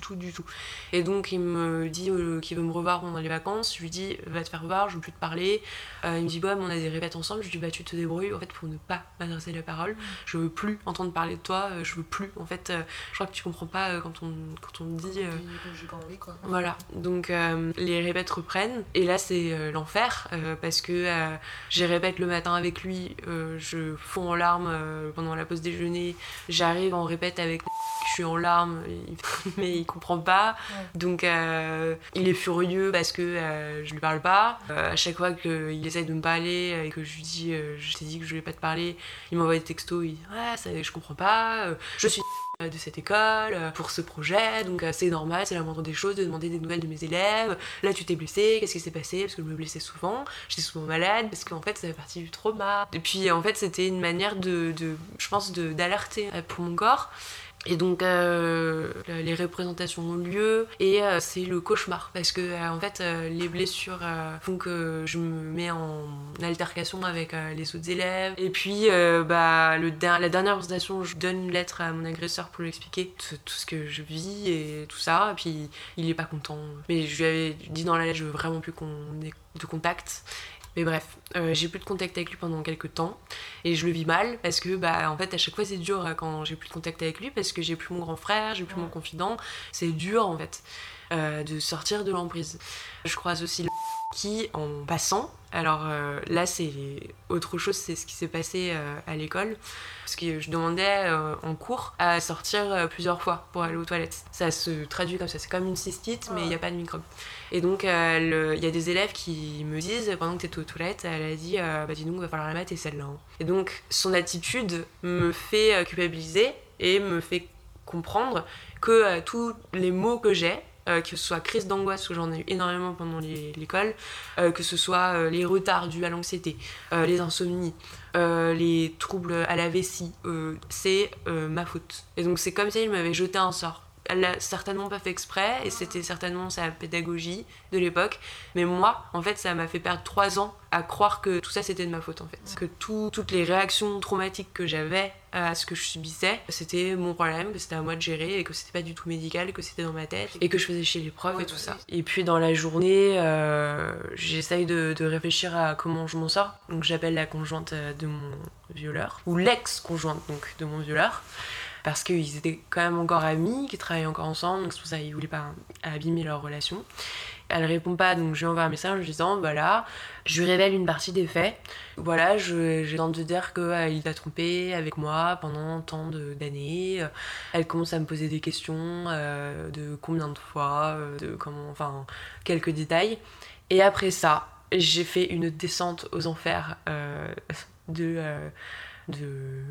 [SPEAKER 3] tout. Et donc il me dit euh, qu'il veut me revoir pendant les vacances, je lui dis va te faire voir, je veux plus te parler. Euh, il me dit bah on a des répètes ensemble, je lui dis bah tu te débrouilles en fait pour ne pas m'adresser la parole, je veux plus entendre parler de toi, euh, je veux plus en fait, euh, je crois que tu comprends pas euh, quand on quand on me dit euh,
[SPEAKER 2] j'ai pas envie quoi.
[SPEAKER 3] Voilà, donc euh, les répètes reprennent et là c'est euh, l'enfer euh, parce que euh, j'ai répète le matin avec lui, euh, je fonds en larmes euh, pendant la pause déjeuner, j'arrive en répète avec je suis en larmes il... mais il comprend pas, ouais. Donc euh, il est furieux parce que euh, je lui parle pas, euh, à chaque fois qu'il essaye de me parler et que je lui dis euh, je t'ai dit que je voulais pas te parler, il m'envoie des textos, il dit ouais ça, je comprends pas, euh, je suis de cette école pour ce projet, donc c'est normal, c'est la moindre des choses de demander des nouvelles de mes élèves. Là tu t'es blessée, qu'est-ce qui s'est passé? Parce que je me blessais souvent, j'étais souvent malade parce qu'en fait ça fait partie du trauma. Et puis en fait c'était une manière de, de je pense de, d'alerter pour mon corps. Et donc euh, les représentations ont lieu et euh, c'est le cauchemar parce que euh, en fait euh, les blessures euh, font que je me mets en altercation avec euh, les autres élèves et puis euh, bah, le, la dernière présentation je donne une lettre à mon agresseur pour lui expliquer tout, tout ce que je vis et tout ça et puis il est pas content mais je lui avais dit dans la lettre je veux vraiment plus qu'on ait de contact. Mais bref, euh, j'ai plus de contact avec lui pendant quelques temps et je le vis mal parce que bah en fait à chaque fois c'est dur quand j'ai plus de contact avec lui parce que j'ai plus mon grand frère, j'ai plus ouais. mon confident, c'est dur en fait euh, de sortir de l'emprise. Je croise aussi le qui en passant, alors euh, là c'est autre chose, c'est ce qui s'est passé euh, à l'école parce que je demandais euh, en cours à sortir euh, plusieurs fois pour aller aux toilettes. Ça se traduit comme ça, c'est comme une cystite mais il n'y a pas de microbe. Et donc il euh, y a des élèves qui me disent pendant que t'étais aux toilettes, elle a dit euh, bah dis donc va falloir la mettre et celle-là. Hein. Et donc son attitude me fait euh, culpabiliser et me fait comprendre que euh, tous les mots que j'ai, Euh, que ce soit crise d'angoisse, parce que j'en ai eu énormément pendant les, l'école, euh, que ce soit euh, les retards dus à l'anxiété, euh, les insomnies, euh, les troubles à la vessie, euh, c'est euh, ma faute. Et donc c'est comme si elle m'avait jeté un sort. Elle l'a certainement pas fait exprès, et c'était certainement sa pédagogie de l'époque, mais moi, en fait, ça m'a fait perdre trois ans à croire que tout ça c'était de ma faute en fait. Que tout, toutes les réactions traumatiques que j'avais à ce que je subissais, c'était mon problème, que c'était à moi de gérer et que c'était pas du tout médical, que c'était dans ma tête et que je faisais chier les profs et tout ça. Et puis dans la journée, euh, j'essaye de, de réfléchir à comment je m'en sors. Donc j'appelle la conjointe de mon violeur, ou l'ex-conjointe donc de mon violeur, parce qu'ils étaient quand même encore amis, qu'ils travaillaient encore ensemble, donc c'est pour ça qu'ils voulaient pas abîmer leur relation. Elle répond pas, donc je lui envoie un message en lui disant voilà, je lui révèle une partie des faits. Voilà, je, j'ai envie de dire qu'il euh, t'a trompé avec moi pendant tant de, d'années. Elle commence à me poser des questions euh, de combien de fois, euh, de comment, enfin, quelques détails. Et après ça, j'ai fait une descente aux enfers euh, de, euh, de.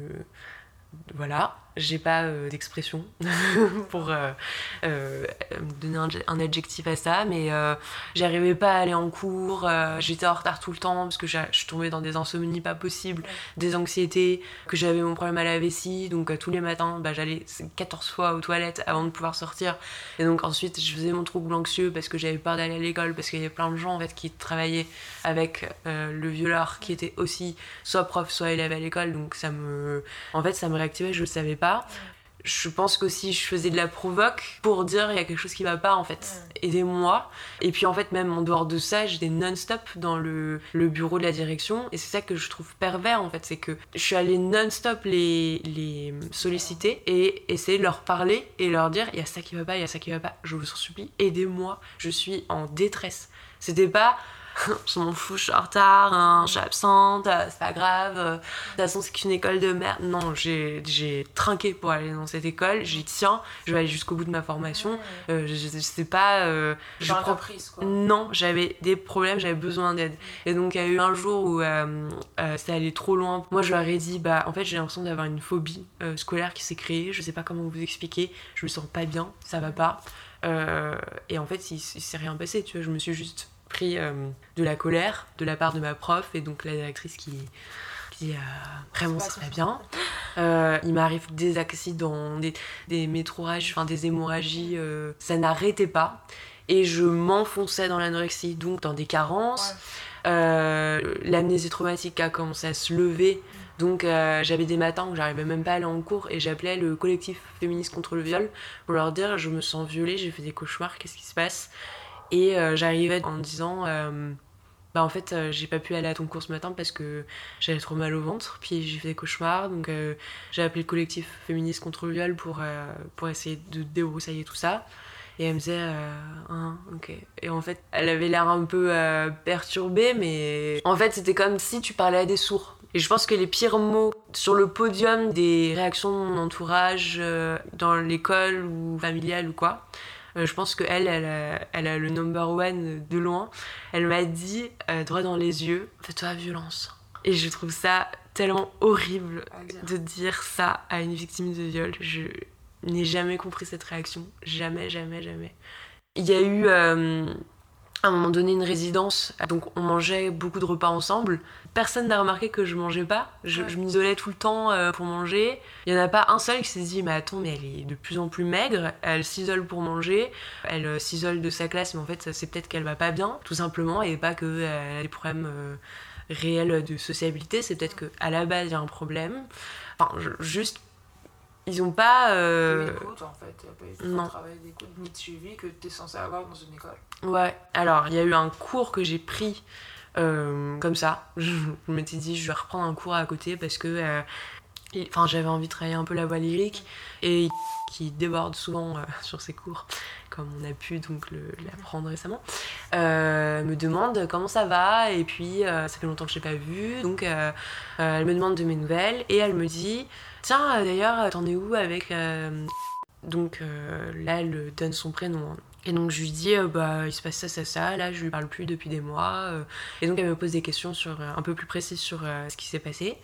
[SPEAKER 3] Voilà, j'ai pas euh, d'expression pour euh, euh, donner un, un adjectif à ça, mais euh, j'arrivais pas à aller en cours, euh, j'étais en retard tout le temps parce que je suis tombée dans des insomnies pas possibles, des anxiétés, que j'avais mon problème à la vessie, donc euh, tous les matins bah, j'allais quatorze fois aux toilettes avant de pouvoir sortir, et donc ensuite je faisais mon trouble anxieux parce que j'avais peur d'aller à l'école, parce qu'il y avait plein de gens en fait qui travaillaient avec euh, le violeur qui était aussi soit prof soit élève à l'école, donc ça me, en fait ça me réactivait, je le savais pas. Je pense qu'aussi je faisais de la provoque pour dire il y a quelque chose qui va pas en fait, aidez-moi. Et puis en fait même en dehors de ça j'étais non-stop dans le, le bureau de la direction, et c'est ça que je trouve pervers en fait, c'est que je suis allée non-stop les, les solliciter et essayer de leur parler et leur dire il y a ça qui va pas, il y a ça qui va pas, je vous en supplie, aidez-moi, je suis en détresse. C'était pas je m'en fous, je suis en retard, hein, je suis absente, c'est pas grave, de toute façon c'est qu'une école de merde. Non, j'ai, j'ai trinqué pour aller dans cette école, j'y tiens, je vais aller jusqu'au bout de ma formation, euh, je, je sais pas... Euh,
[SPEAKER 2] je prends... caprice, quoi.
[SPEAKER 3] Non, j'avais des problèmes, j'avais besoin d'aide. Et donc il y a eu un jour où euh, euh, ça allait trop loin. Moi je leur ai dit, bah en fait j'ai l'impression d'avoir une phobie euh, scolaire qui s'est créée, je sais pas comment vous expliquer, je me sens pas bien, ça va pas. Euh, et en fait il, il s'est rien passé, tu vois, je me suis juste... pris euh, de la colère de la part de ma prof et donc la directrice qui qui dit euh, vraiment c'est pas bien. Euh, il m'arrive des accidents, des, des métrorages, enfin des hémorragies, euh, ça n'arrêtait pas et je m'enfonçais dans l'anorexie, donc dans des carences. Euh, l'amnésie traumatique a commencé à se lever. Donc euh, j'avais des matins où j'arrivais même pas à aller en cours et j'appelais le collectif féministe contre le viol pour leur dire je me sens violée, j'ai fait des cauchemars, qu'est-ce qui se passe? Et euh, j'arrivais en me disant euh, bah en fait euh, j'ai pas pu aller à ton cours ce matin parce que j'avais trop mal au ventre, puis j'ai fait des cauchemars, donc euh, j'ai appelé le collectif féministe contre le viol pour, euh, pour essayer de débroussailler tout ça. Et elle me disait, euh, ah, ok. Et en fait, elle avait l'air un peu euh, perturbée, mais en fait, c'était comme si tu parlais à des sourds. Et je pense que les pires mots sur le podium des réactions de mon entourage, euh, dans l'école ou familiale ou quoi, euh, je pense qu'elle, elle a, elle a le number one de loin. Elle m'a dit, euh, droit dans les yeux, fais-toi violence. Et je trouve ça tellement horrible de dire ça à une victime de viol. Je n'ai jamais compris cette réaction. Jamais, jamais, jamais. Il y a eu euh, à un moment donné une résidence, donc on mangeait beaucoup de repas ensemble. Personne n'a remarqué que je mangeais pas. Je, ouais. je m'isolais tout le temps euh, pour manger. Il y en a pas un seul qui s'est dit mais attends, mais elle est de plus en plus maigre, elle s'isole pour manger, elle euh, s'isole de sa classe, mais en fait c'est peut-être qu'elle va pas bien, tout simplement, et pas qu'elle euh, a des problèmes euh, réels de sociabilité, c'est peut-être qu'à la base il y a un problème. Enfin, je, juste ils ont pas. Euh...
[SPEAKER 2] D'écoute en fait, il n'y a pas eu de travail d'écoute ni de suivi que tu es censé avoir dans une école.
[SPEAKER 3] Ouais, alors il y a eu un cours que j'ai pris euh, comme ça. Je, je m'étais dit, je vais reprendre un cours à côté parce que euh, enfin, j'avais envie de travailler un peu la voix lyrique et qui déborde souvent euh, sur ses cours, comme on a pu donc le, l'apprendre récemment, euh, me demande comment ça va et puis euh, ça fait longtemps que je l'ai pas vu, donc euh, euh, elle me demande de mes nouvelles et elle me dit tiens d'ailleurs t'en es où avec euh... donc euh, là elle donne son prénom et donc je lui dis euh, bah il se passe ça ça ça, là je lui parle plus depuis des mois euh, et donc elle me pose des questions sur euh, un peu plus précises sur euh, ce qui s'est passé.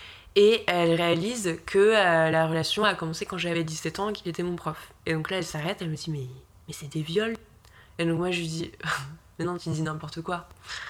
[SPEAKER 3] Et elle réalise que euh, la relation a commencé quand j'avais dix-sept ans et qu'il était mon prof. Et donc là, elle s'arrête, elle me dit « Mais, mais c'est des viols !» Et donc moi, je lui dis « Mais non, tu dis n'importe quoi.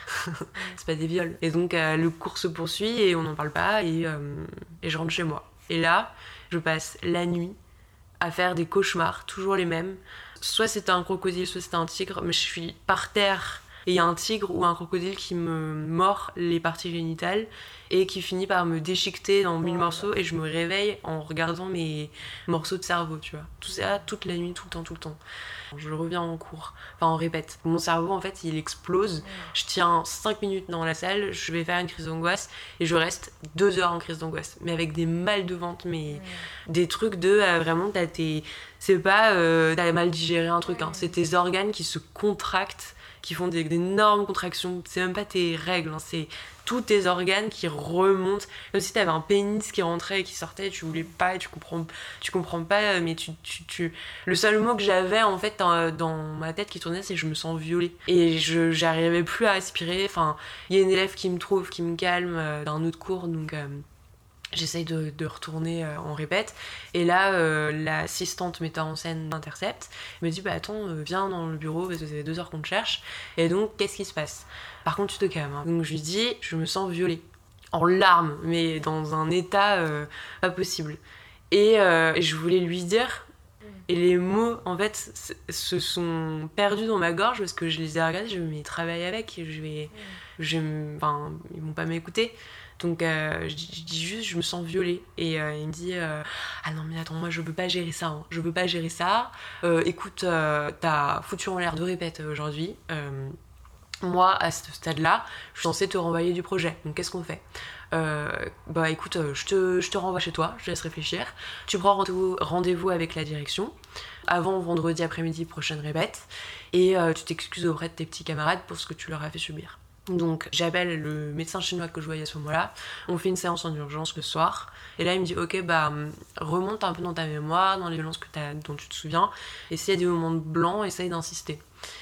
[SPEAKER 3] C'est pas des viols. » Et donc euh, le cours se poursuit et on n'en parle pas et, euh, et je rentre chez moi. Et là, je passe la nuit à faire des cauchemars, toujours les mêmes. Soit c'était un crocodile, soit c'était un tigre, mais je suis par terre. Et il y a un tigre ou un crocodile qui me mord les parties génitales et qui finit par me déchiqueter dans mille morceaux et je me réveille en regardant mes morceaux de cerveau, tu vois. Tout ça, toute la nuit, tout le temps, tout le temps. Je reviens en cours, enfin on répète. Mon cerveau, en fait, il explose. Je tiens cinq minutes dans la salle, je vais faire une crise d'angoisse et je reste deux heures en crise d'angoisse. Mais avec des mal de ventre, mais des trucs de euh, vraiment, t'as tes... c'est pas euh, t'as mal digéré un truc, hein. C'est tes organes qui se contractent, qui font des, d'énormes contractions. C'est même pas tes règles, hein. C'est tous tes organes qui remontent, comme si t'avais un pénis qui rentrait et qui sortait, tu voulais pas et tu comprends, tu comprends pas, mais tu, tu, tu... le seul mot que j'avais en fait dans, dans ma tête qui tournait, c'est je me sens violée. Et je, j'arrivais plus à respirer. Enfin, il y a une élève qui me trouve, qui me calme euh, d'un autre cours, donc euh, j'essaye de, de retourner euh, en répète. Et là, euh, l'assistante metteur en scène m'intercepte, me dit bah attends, euh, viens dans le bureau parce que ça fait deux heures qu'on te cherche. Et donc, qu'est-ce qui se passe? Par contre, tu te calmes. Hein. Donc je lui dis, je me sens violée. En larmes, mais dans un état euh, pas possible. Et euh, je voulais lui dire, et les mots, en fait, se sont perdus dans ma gorge parce que je les ai regardés, je vais me travailler avec, je vais... Je, enfin, ils vont pas m'écouter. Donc euh, je, dis, je dis juste je me sens violée et euh, il me dit euh, ah non mais attends moi je peux pas gérer ça hein. je peux pas gérer ça euh, écoute euh, t'as foutu en l'air de répète aujourd'hui euh, moi à ce stade là je suis censée te renvoyer du projet donc qu'est-ce qu'on fait euh, bah écoute euh, je, te, je te renvoie chez toi je te laisse réfléchir tu prends rendez-vous, rendez-vous avec la direction avant vendredi après-midi prochaine répète et euh, tu t'excuses auprès de tes petits camarades pour ce que tu leur as fait subir. Donc j'appelle le médecin chinois que je voyais à ce moment-là, on fait une séance en urgence le soir, et là il me dit ok bah remonte un peu dans ta mémoire, dans les violences que t'as, dont tu te souviens, et s'il y a des moments blancs, essaye d'insister.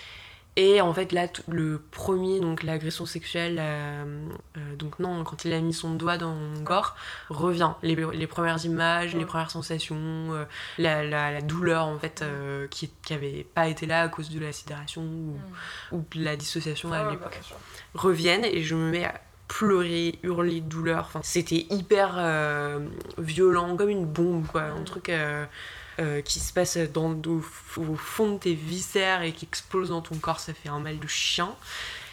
[SPEAKER 3] Et en fait là t- le premier, donc l'agression sexuelle, euh, euh, donc non, quand il a mis son doigt dans mon corps, revient. Les, les premières images, les premières sensations, euh, la, la, la douleur en fait euh, qui, qui avait pas été là à cause de la sidération ou, mm. ou de la dissociation à l'époque, reviennent et je me mets à pleurer, hurler de douleur. Enfin, c'était hyper euh, violent, comme une bombe quoi, un truc... Euh, Euh, qui se passe dans, au, au fond de tes viscères et qui explose dans ton corps, ça fait un mal de chien.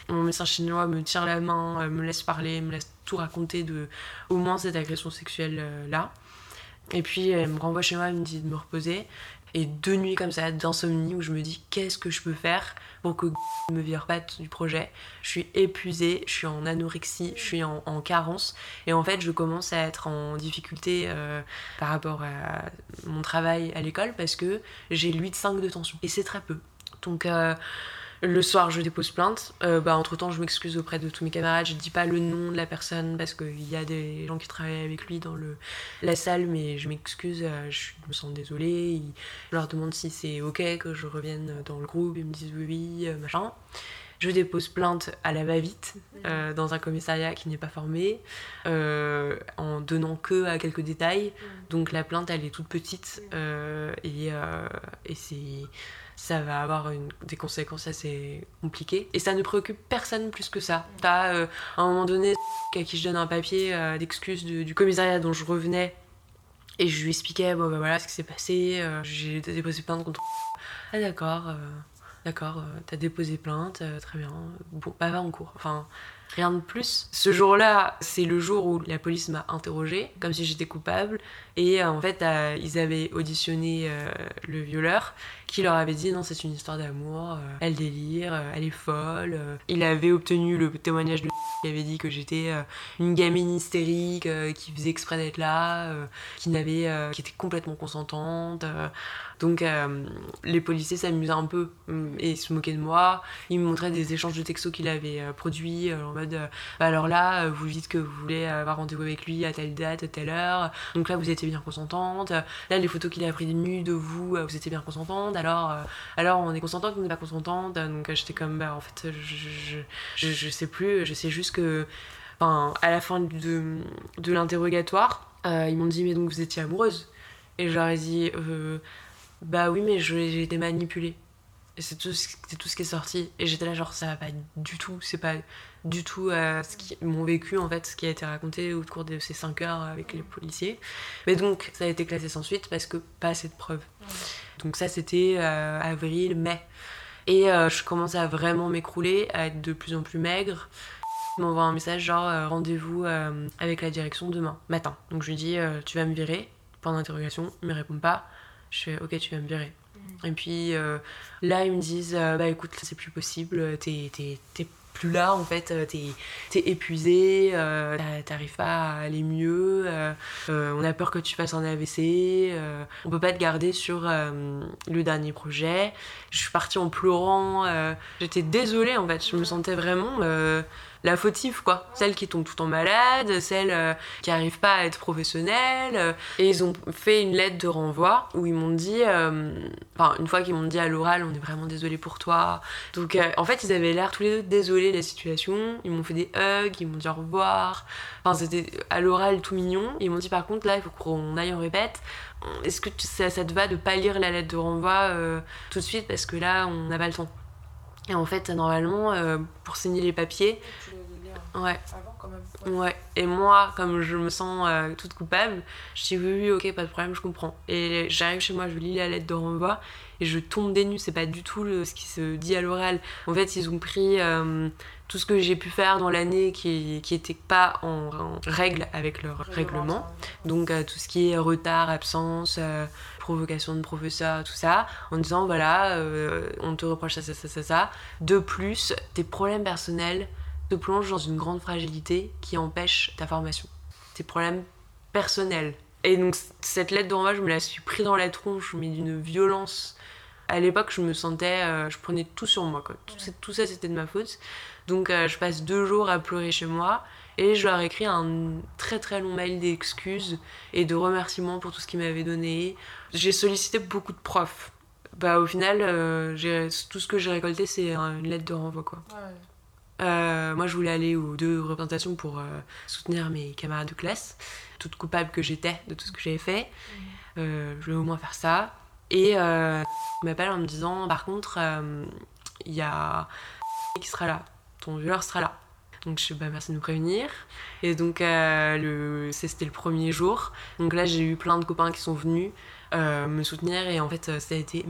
[SPEAKER 3] mon médecin chinois me tire la main, me laisse parler, me laisse tout raconter de au moins cette agression sexuelle-là. Et puis elle me renvoie chez moi, elle me dit de me reposer. Et deux nuits comme ça, d'insomnie, où je me dis qu'est-ce que je peux faire pour que ne me vire pas du projet. Je suis épuisée, je suis en anorexie, je suis en, en carence. Et en fait, je commence à être en difficulté euh, par rapport à mon travail à l'école parce que j'ai huit virgule cinq de tension. Et c'est très peu. Donc... Euh, Le soir, je dépose plainte. Euh, bah, entre-temps, je m'excuse auprès de tous mes camarades. Je dis pas le nom de la personne parce qu'il y a des gens qui travaillent avec lui dans le, la salle, mais je m'excuse, euh, je me sens désolée. Ils, je leur demande si c'est ok que je revienne dans le groupe. Ils me disent oui, oui, euh, machin. Je dépose plainte à la va-vite euh, dans un commissariat qui n'est pas formé, euh, en donnant que à quelques détails. Donc la plainte, elle est toute petite euh, et, euh, et c'est... ça va avoir une, des conséquences assez compliquées. Et ça ne préoccupe personne plus que ça. T'as euh, à un moment donné à qui je donne un papier euh, d'excuses du, du commissariat dont je revenais et je lui expliquais bon, bah, voilà ce qui s'est passé, euh, j'ai déposé plainte contre... Ah d'accord, euh, d'accord, euh, t'as déposé plainte, euh, très bien, bon, bah va en cours. Enfin, rien de plus. Ce jour-là, c'est le jour où la police m'a interrogée, comme si j'étais coupable. Et euh, en fait, euh, ils avaient auditionné euh, le violeur, qui leur avait dit non, c'est une histoire d'amour, euh, elle délire, euh, elle est folle. Euh. Il avait obtenu le témoignage de qui avait dit que j'étais euh, une gamine hystérique, euh, qui faisait exprès d'être là, euh, qui, n'avait, euh, qui était complètement consentante. Euh. Donc euh, les policiers s'amusaient un peu euh, et se moquaient de moi. Ils me montraient des échanges de textos qu'il avait euh, produits euh, en mode euh, bah alors là, euh, vous lui dites que vous voulez avoir rendez-vous avec lui à telle date, à telle heure. Donc là, vous étiez bien consentante. Là, les photos qu'il a prises nues de vous, euh, vous étiez bien consentante. Alors, euh, alors on est consentant qu'on n'est pas consentante. Donc euh, j'étais comme bah en fait, je, je, je, je sais plus. Je sais juste que, enfin, à la fin de, de l'interrogatoire, euh, ils m'ont dit mais donc vous étiez amoureuse. Et je leur ai dit euh, bah oui mais je, j'ai été manipulée. Et c'est tout, c'est tout ce qui est sorti. Et j'étais là genre ça va pas du tout, c'est pas du tout euh, ce qui m'ont vécu en fait, ce qui a été raconté au cours de ces cinq heures avec les policiers. Mais donc ça a été classé sans suite parce que pas assez de preuves. Donc ça c'était euh, avril, mai. Et euh, je commençais à vraiment m'écrouler, à être de plus en plus maigre. Il m'envoie un message genre euh, rendez-vous euh, avec la direction demain matin. Donc je lui dis euh, tu vas me virer, point d'interrogation, il me répond pas. Je fais ok tu vas me virer. Et puis euh, là ils me disent euh, bah écoute c'est plus possible, t'es, t'es, t'es plus là en fait, t'es, t'es épuisé, euh, t'arrives pas à aller mieux, euh, euh, on a peur que tu fasses un A V C, euh, on peut pas te garder sur euh, le dernier projet. Je suis partie en pleurant, euh, j'étais désolée en fait, je me sentais vraiment euh, la fautive quoi, celle qui tombe tout le temps malade, celle euh, qui arrive pas à être professionnelle. Euh, et ils ont fait une lettre de renvoi où ils m'ont dit, enfin euh, une fois qu'ils m'ont dit à l'oral on est vraiment désolé pour toi. Donc euh, en fait ils avaient l'air tous les deux désolés de la situation, ils m'ont fait des hugs, ils m'ont dit au revoir. Enfin c'était à l'oral tout mignon. Ils m'ont dit par contre là il faut qu'on aille en répète. Est-ce que ça, ça te va de pas lire la lettre de renvoi euh, tout de suite parce que là on n'a pas le temps. Et en fait, normalement, euh, pour signer les papiers...
[SPEAKER 2] Tu devais lire
[SPEAKER 3] ouais.
[SPEAKER 2] avant quand même.
[SPEAKER 3] Ouais. ouais. Et moi, comme je me sens euh, toute coupable, je dis oui, oui, ok, pas de problème, je comprends. Et j'arrive chez moi, je lis la lettre de renvoi et je tombe des nues. C'est pas du tout le, ce qui se dit à l'oral. En fait, ils ont pris euh, tout ce que j'ai pu faire dans l'année qui, qui était pas en, en règle avec leur règlement. règlement. Donc, euh, tout ce qui est retard, absence... Euh, provocation de professeur, tout ça, en disant voilà, euh, on te reproche ça, ça, ça, ça, ça. De plus, tes problèmes personnels te plongent dans une grande fragilité qui empêche ta formation. Tes problèmes personnels. Et donc, cette lettre de renvoi, je me la suis pris dans la tronche, mais d'une violence. À l'époque, je me sentais, euh, je prenais tout sur moi, quoi. Tout, tout ça, c'était de ma faute. Donc, euh, je passe deux jours à pleurer chez moi. Et je leur ai écrit un très très long mail d'excuses et de remerciements pour tout ce qu'ils m'avaient donné. J'ai sollicité beaucoup de profs. Bah, au final, euh, j'ai, tout ce que j'ai récolté, c'est une lettre de renvoi, quoi. Ouais. Euh, moi, je voulais aller aux deux représentations pour euh, soutenir mes camarades de classe, toute coupable que j'étais de tout ce que j'avais fait. Mmh. Euh, je voulais au moins faire ça. Et euh, on m'appelle en me disant, par contre, il euh, y a qui sera là, ton violeur sera là. Donc je suis bah merci de me prévenir. Et donc euh, le, c'était le premier jour. Donc là j'ai eu plein de copains qui sont venus euh, me soutenir et en fait ça a été mais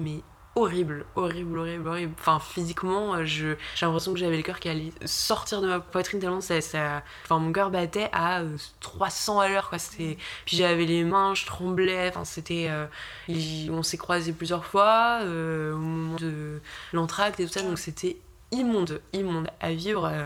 [SPEAKER 3] horrible, horrible, horrible, horrible. Enfin, physiquement, je, j'ai l'impression que j'avais le cœur qui allait sortir de ma poitrine tellement ça... ça... Enfin, mon cœur battait à euh, trois cents à l'heure, quoi. C'était... Puis j'avais les mains, je tremblais. Enfin, c'était... Euh, il... On s'est croisés plusieurs fois euh, au moment de l'entracte et tout ça, donc c'était immonde, immonde à vivre. Euh...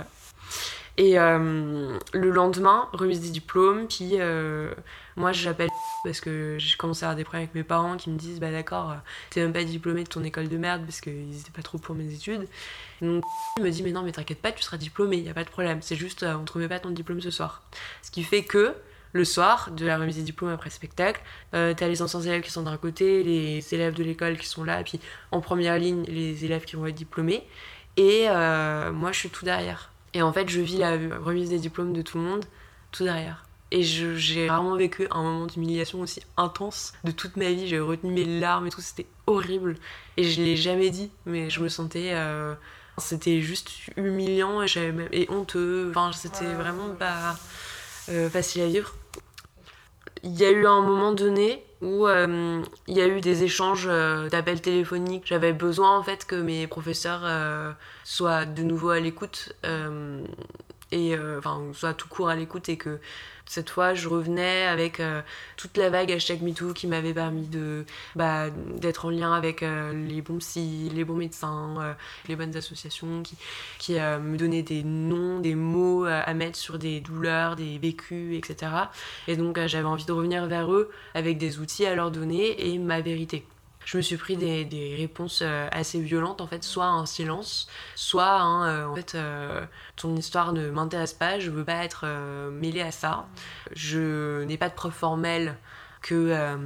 [SPEAKER 3] Et euh, le lendemain, remise des diplômes, puis euh, moi j'appelle parce que j'ai commencé à avoir des problèmes avec mes parents qui me disent bah d'accord, t'es même pas diplômée de ton école de merde parce qu'ils étaient pas trop pour mes études. Et donc il me dit mais non mais t'inquiète pas, tu seras diplômée, y a pas de problème, c'est juste euh, on te remet pas ton diplôme ce soir. Ce qui fait que le soir de la remise des diplômes après le spectacle, euh, t'as les anciens élèves qui sont d'un côté, les élèves de l'école qui sont là, et puis en première ligne les élèves qui vont être diplômés, et euh, moi je suis tout derrière. Et en fait, je vis la remise des diplômes de tout le monde, tout derrière. Et je, j'ai rarement vécu un moment d'humiliation aussi intense de toute ma vie. J'ai retenu mes larmes et tout, c'était horrible. Et je l'ai jamais dit, mais je me sentais... Euh, c'était juste humiliant et, j'avais même, et honteux. Enfin, c'était vraiment pas euh, facile à vivre. Il y a eu un moment donné où euh, il y a eu des échanges euh, d'appels téléphoniques. J'avais besoin en fait que mes professeurs euh, soient de nouveau à l'écoute euh, et euh, enfin soient tout court à l'écoute, et que cette fois je revenais avec euh, toute la vague hashtag MeToo qui m'avait permis de, bah, d'être en lien avec euh, les bons psys, les bons médecins, euh, les bonnes associations qui, qui euh, me donnaient des noms, des mots euh, à mettre sur des douleurs, des vécus, et cetera. Et donc euh, j'avais envie de revenir vers eux avec des outils à leur donner et ma vérité. Je me suis pris des, des réponses euh, assez violentes, en fait, soit un silence, soit un, euh, en fait, euh, ton histoire ne m'intéresse pas, je veux pas être euh, mêlée à ça. Je n'ai pas de preuve formelle que euh,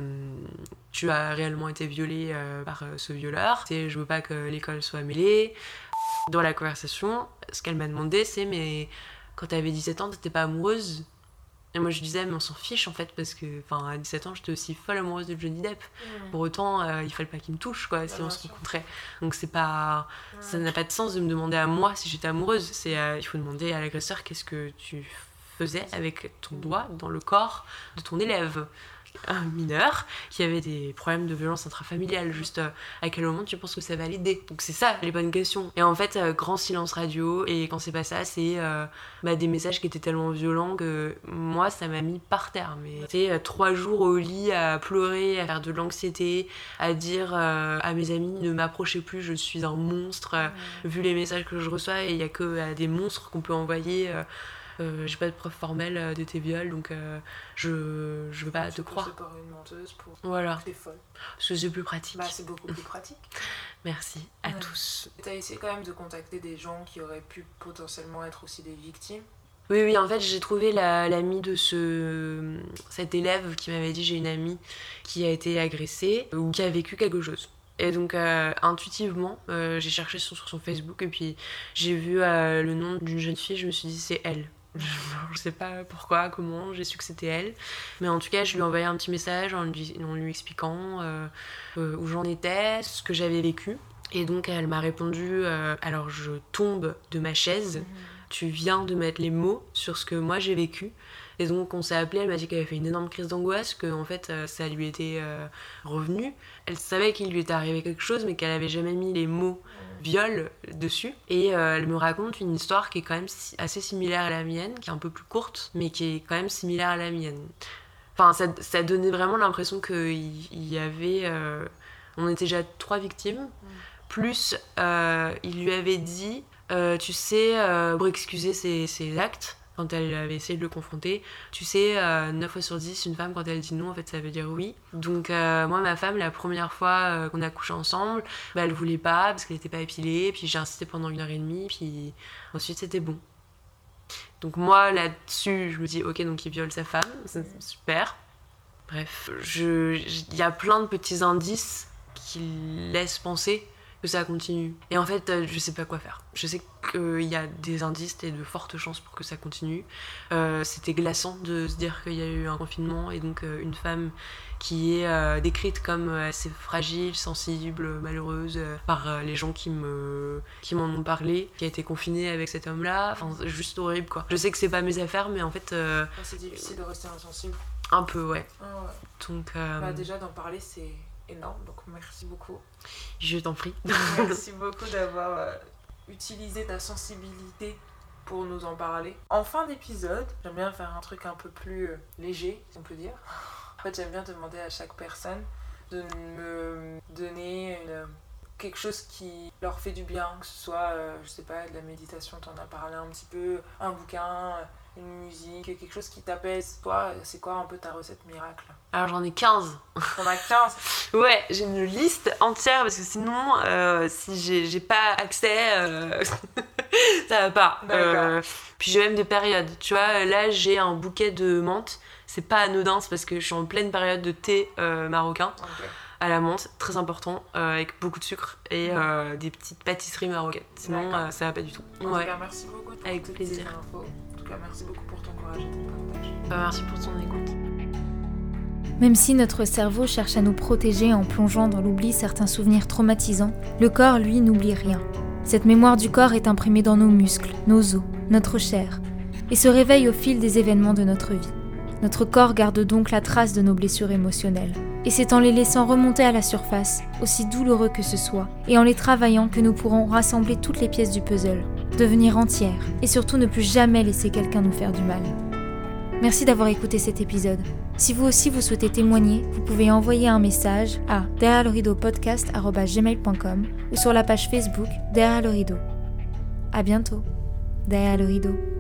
[SPEAKER 3] tu as réellement été violée euh, par euh, ce violeur. Et je veux pas que l'école soit mêlée. Dans la conversation, ce qu'elle m'a demandé, c'est mais quand t'avais dix-sept ans, t'étais pas amoureuse ? Et moi je disais mais on s'en fiche en fait, parce que à dix-sept ans j'étais aussi folle amoureuse de Johnny Depp. Mmh. Pour autant euh, il fallait pas qu'il me touche quoi, si ouais, on se rencontrait. Donc c'est pas, ouais. Ça n'a pas de sens de me demander à moi si j'étais amoureuse. C'est, euh, il faut demander à l'agresseur qu'est-ce que tu faisais avec ton doigt dans le corps de ton élève. Un mineur qui avait des problèmes de violence intrafamiliale, juste euh, à quel moment tu penses que ça va l'aider? Donc c'est ça les bonnes questions. Et en fait euh, grand silence radio, et quand c'est pas ça c'est euh, bah, des messages qui étaient tellement violents que moi ça m'a mis par terre. Mais c'était euh, trois jours au lit à pleurer, à faire de l'anxiété, à dire euh, à mes amis ne m'approchez plus, je suis un monstre, euh, vu les messages que je reçois, et il y a que euh, des monstres qu'on peut envoyer. euh, Euh, j'ai pas de preuve formelle de tes viols, donc euh, je, je veux pas te croire.
[SPEAKER 2] Par une menteuse pour
[SPEAKER 3] voilà.
[SPEAKER 2] T'es folle.
[SPEAKER 3] Parce que c'est plus pratique.
[SPEAKER 2] Bah, c'est beaucoup plus pratique.
[SPEAKER 3] Merci à
[SPEAKER 2] ouais.
[SPEAKER 3] tous.
[SPEAKER 2] T'as essayé quand même de contacter des gens qui auraient pu potentiellement être aussi des victimes?
[SPEAKER 3] Oui, oui, en fait, j'ai trouvé la, l'amie de ce, cet élève qui m'avait dit j'ai une amie qui a été agressée ou qui a vécu quelque chose. Et donc, euh, intuitivement, euh, j'ai cherché sur, sur son Facebook, et puis j'ai vu euh, le nom d'une jeune fille, je me suis dit c'est elle. Je sais pas pourquoi, comment, j'ai su que c'était elle. Mais en tout cas, je lui ai envoyé un petit message en lui, en lui expliquant euh, euh, où j'en étais, ce que j'avais vécu. Et donc, elle m'a répondu euh, alors je tombe de ma chaise, mmh. Tu viens de mettre les mots sur ce que moi j'ai vécu. Et donc, on s'est appelé, elle m'a dit qu'elle avait fait une énorme crise d'angoisse, que en fait, euh, ça lui était euh, revenu. Elle savait qu'il lui était arrivé quelque chose, mais qu'elle avait jamais mis les mots viol dessus. Et euh, elle me raconte une histoire qui est quand même si, assez similaire à la mienne, qui est un peu plus courte, mais qui est quand même similaire à la mienne. Enfin, ça, ça donnait vraiment l'impression qu'il y, y avait... Euh, on était déjà trois victimes, mmh. plus euh, il lui avait dit, euh, tu sais, euh, pour excuser ses, ses actes, quand elle avait essayé de le confronter, tu sais, euh, neuf fois sur dix, une femme, quand elle dit non, en fait, ça veut dire oui. Donc, euh, moi, ma femme, la première fois euh, qu'on a couché ensemble, bah, elle voulait pas, parce qu'elle était pas épilée, puis j'ai insisté pendant une heure et demie, puis ensuite, c'était bon. Donc, moi, là-dessus, je me dis, ok, donc il viole sa femme, c'est super. Bref, il y a plein de petits indices qui laissent penser que ça continue. Et en fait, euh, je sais pas quoi faire. Je sais qu'il y a des indices et de fortes chances pour que ça continue. Euh, c'était glaçant de se dire qu'il y a eu un confinement, et donc euh, une femme qui est euh, décrite comme assez fragile, sensible, malheureuse euh, par euh, les gens qui, me, qui m'en ont parlé, qui a été confinée avec cet homme-là. Enfin, c'est juste horrible, quoi. Je sais que c'est pas mes affaires, mais en fait... Euh,
[SPEAKER 2] c'est difficile de rester insensible.
[SPEAKER 3] Un peu, ouais.
[SPEAKER 2] Ah ouais.
[SPEAKER 3] Donc, euh...
[SPEAKER 2] bah, déjà, d'en parler, c'est... énorme, donc merci beaucoup.
[SPEAKER 3] Je t'en prie.
[SPEAKER 2] Merci beaucoup d'avoir euh, utilisé ta sensibilité pour nous en parler. En fin d'épisode, j'aime bien faire un truc un peu plus euh, léger, si on peut dire. En fait, j'aime bien demander à chaque personne de me donner une, quelque chose qui leur fait du bien, que ce soit, euh, je sais pas, de la méditation, t'en as parlé un petit peu, un bouquin, une musique, quelque chose qui t'apaise. Toi, c'est quoi un peu ta recette miracle?
[SPEAKER 3] Alors j'en ai quinze.
[SPEAKER 2] T'en as quinze?
[SPEAKER 3] Ouais, j'ai une liste entière parce que sinon, euh, si j'ai, j'ai pas accès, euh, ça va pas. Euh, puis j'ai même des périodes. Tu vois, là j'ai un bouquet de menthe. C'est pas anodin, c'est parce que je suis en pleine période de thé euh, marocain. Okay. À la menthe, très important, euh, avec beaucoup de sucre et euh, des petites pâtisseries marocaines. Sinon, euh, ça va pas du tout.
[SPEAKER 2] En ouais. tout cas, merci beaucoup. Pour
[SPEAKER 3] avec plaisir.
[SPEAKER 2] Infos. En tout cas, merci beaucoup pour ton courage et ton partage.
[SPEAKER 3] Euh, merci pour ton écoute.
[SPEAKER 1] Même si notre cerveau cherche à nous protéger en plongeant dans l'oubli certains souvenirs traumatisants, le corps, lui, n'oublie rien. Cette mémoire du corps est imprimée dans nos muscles, nos os, notre chair, et se réveille au fil des événements de notre vie. Notre corps garde donc la trace de nos blessures émotionnelles. Et c'est en les laissant remonter à la surface, aussi douloureux que ce soit, et en les travaillant que nous pourrons rassembler toutes les pièces du puzzle, devenir entières, et surtout ne plus jamais laisser quelqu'un nous faire du mal. Merci d'avoir écouté cet épisode. Si vous aussi vous souhaitez témoigner, vous pouvez envoyer un message à derrière le rideau podcast arobase gmail point com ou sur la page Facebook Derrière le rideau. À bientôt, Derrière le rideau.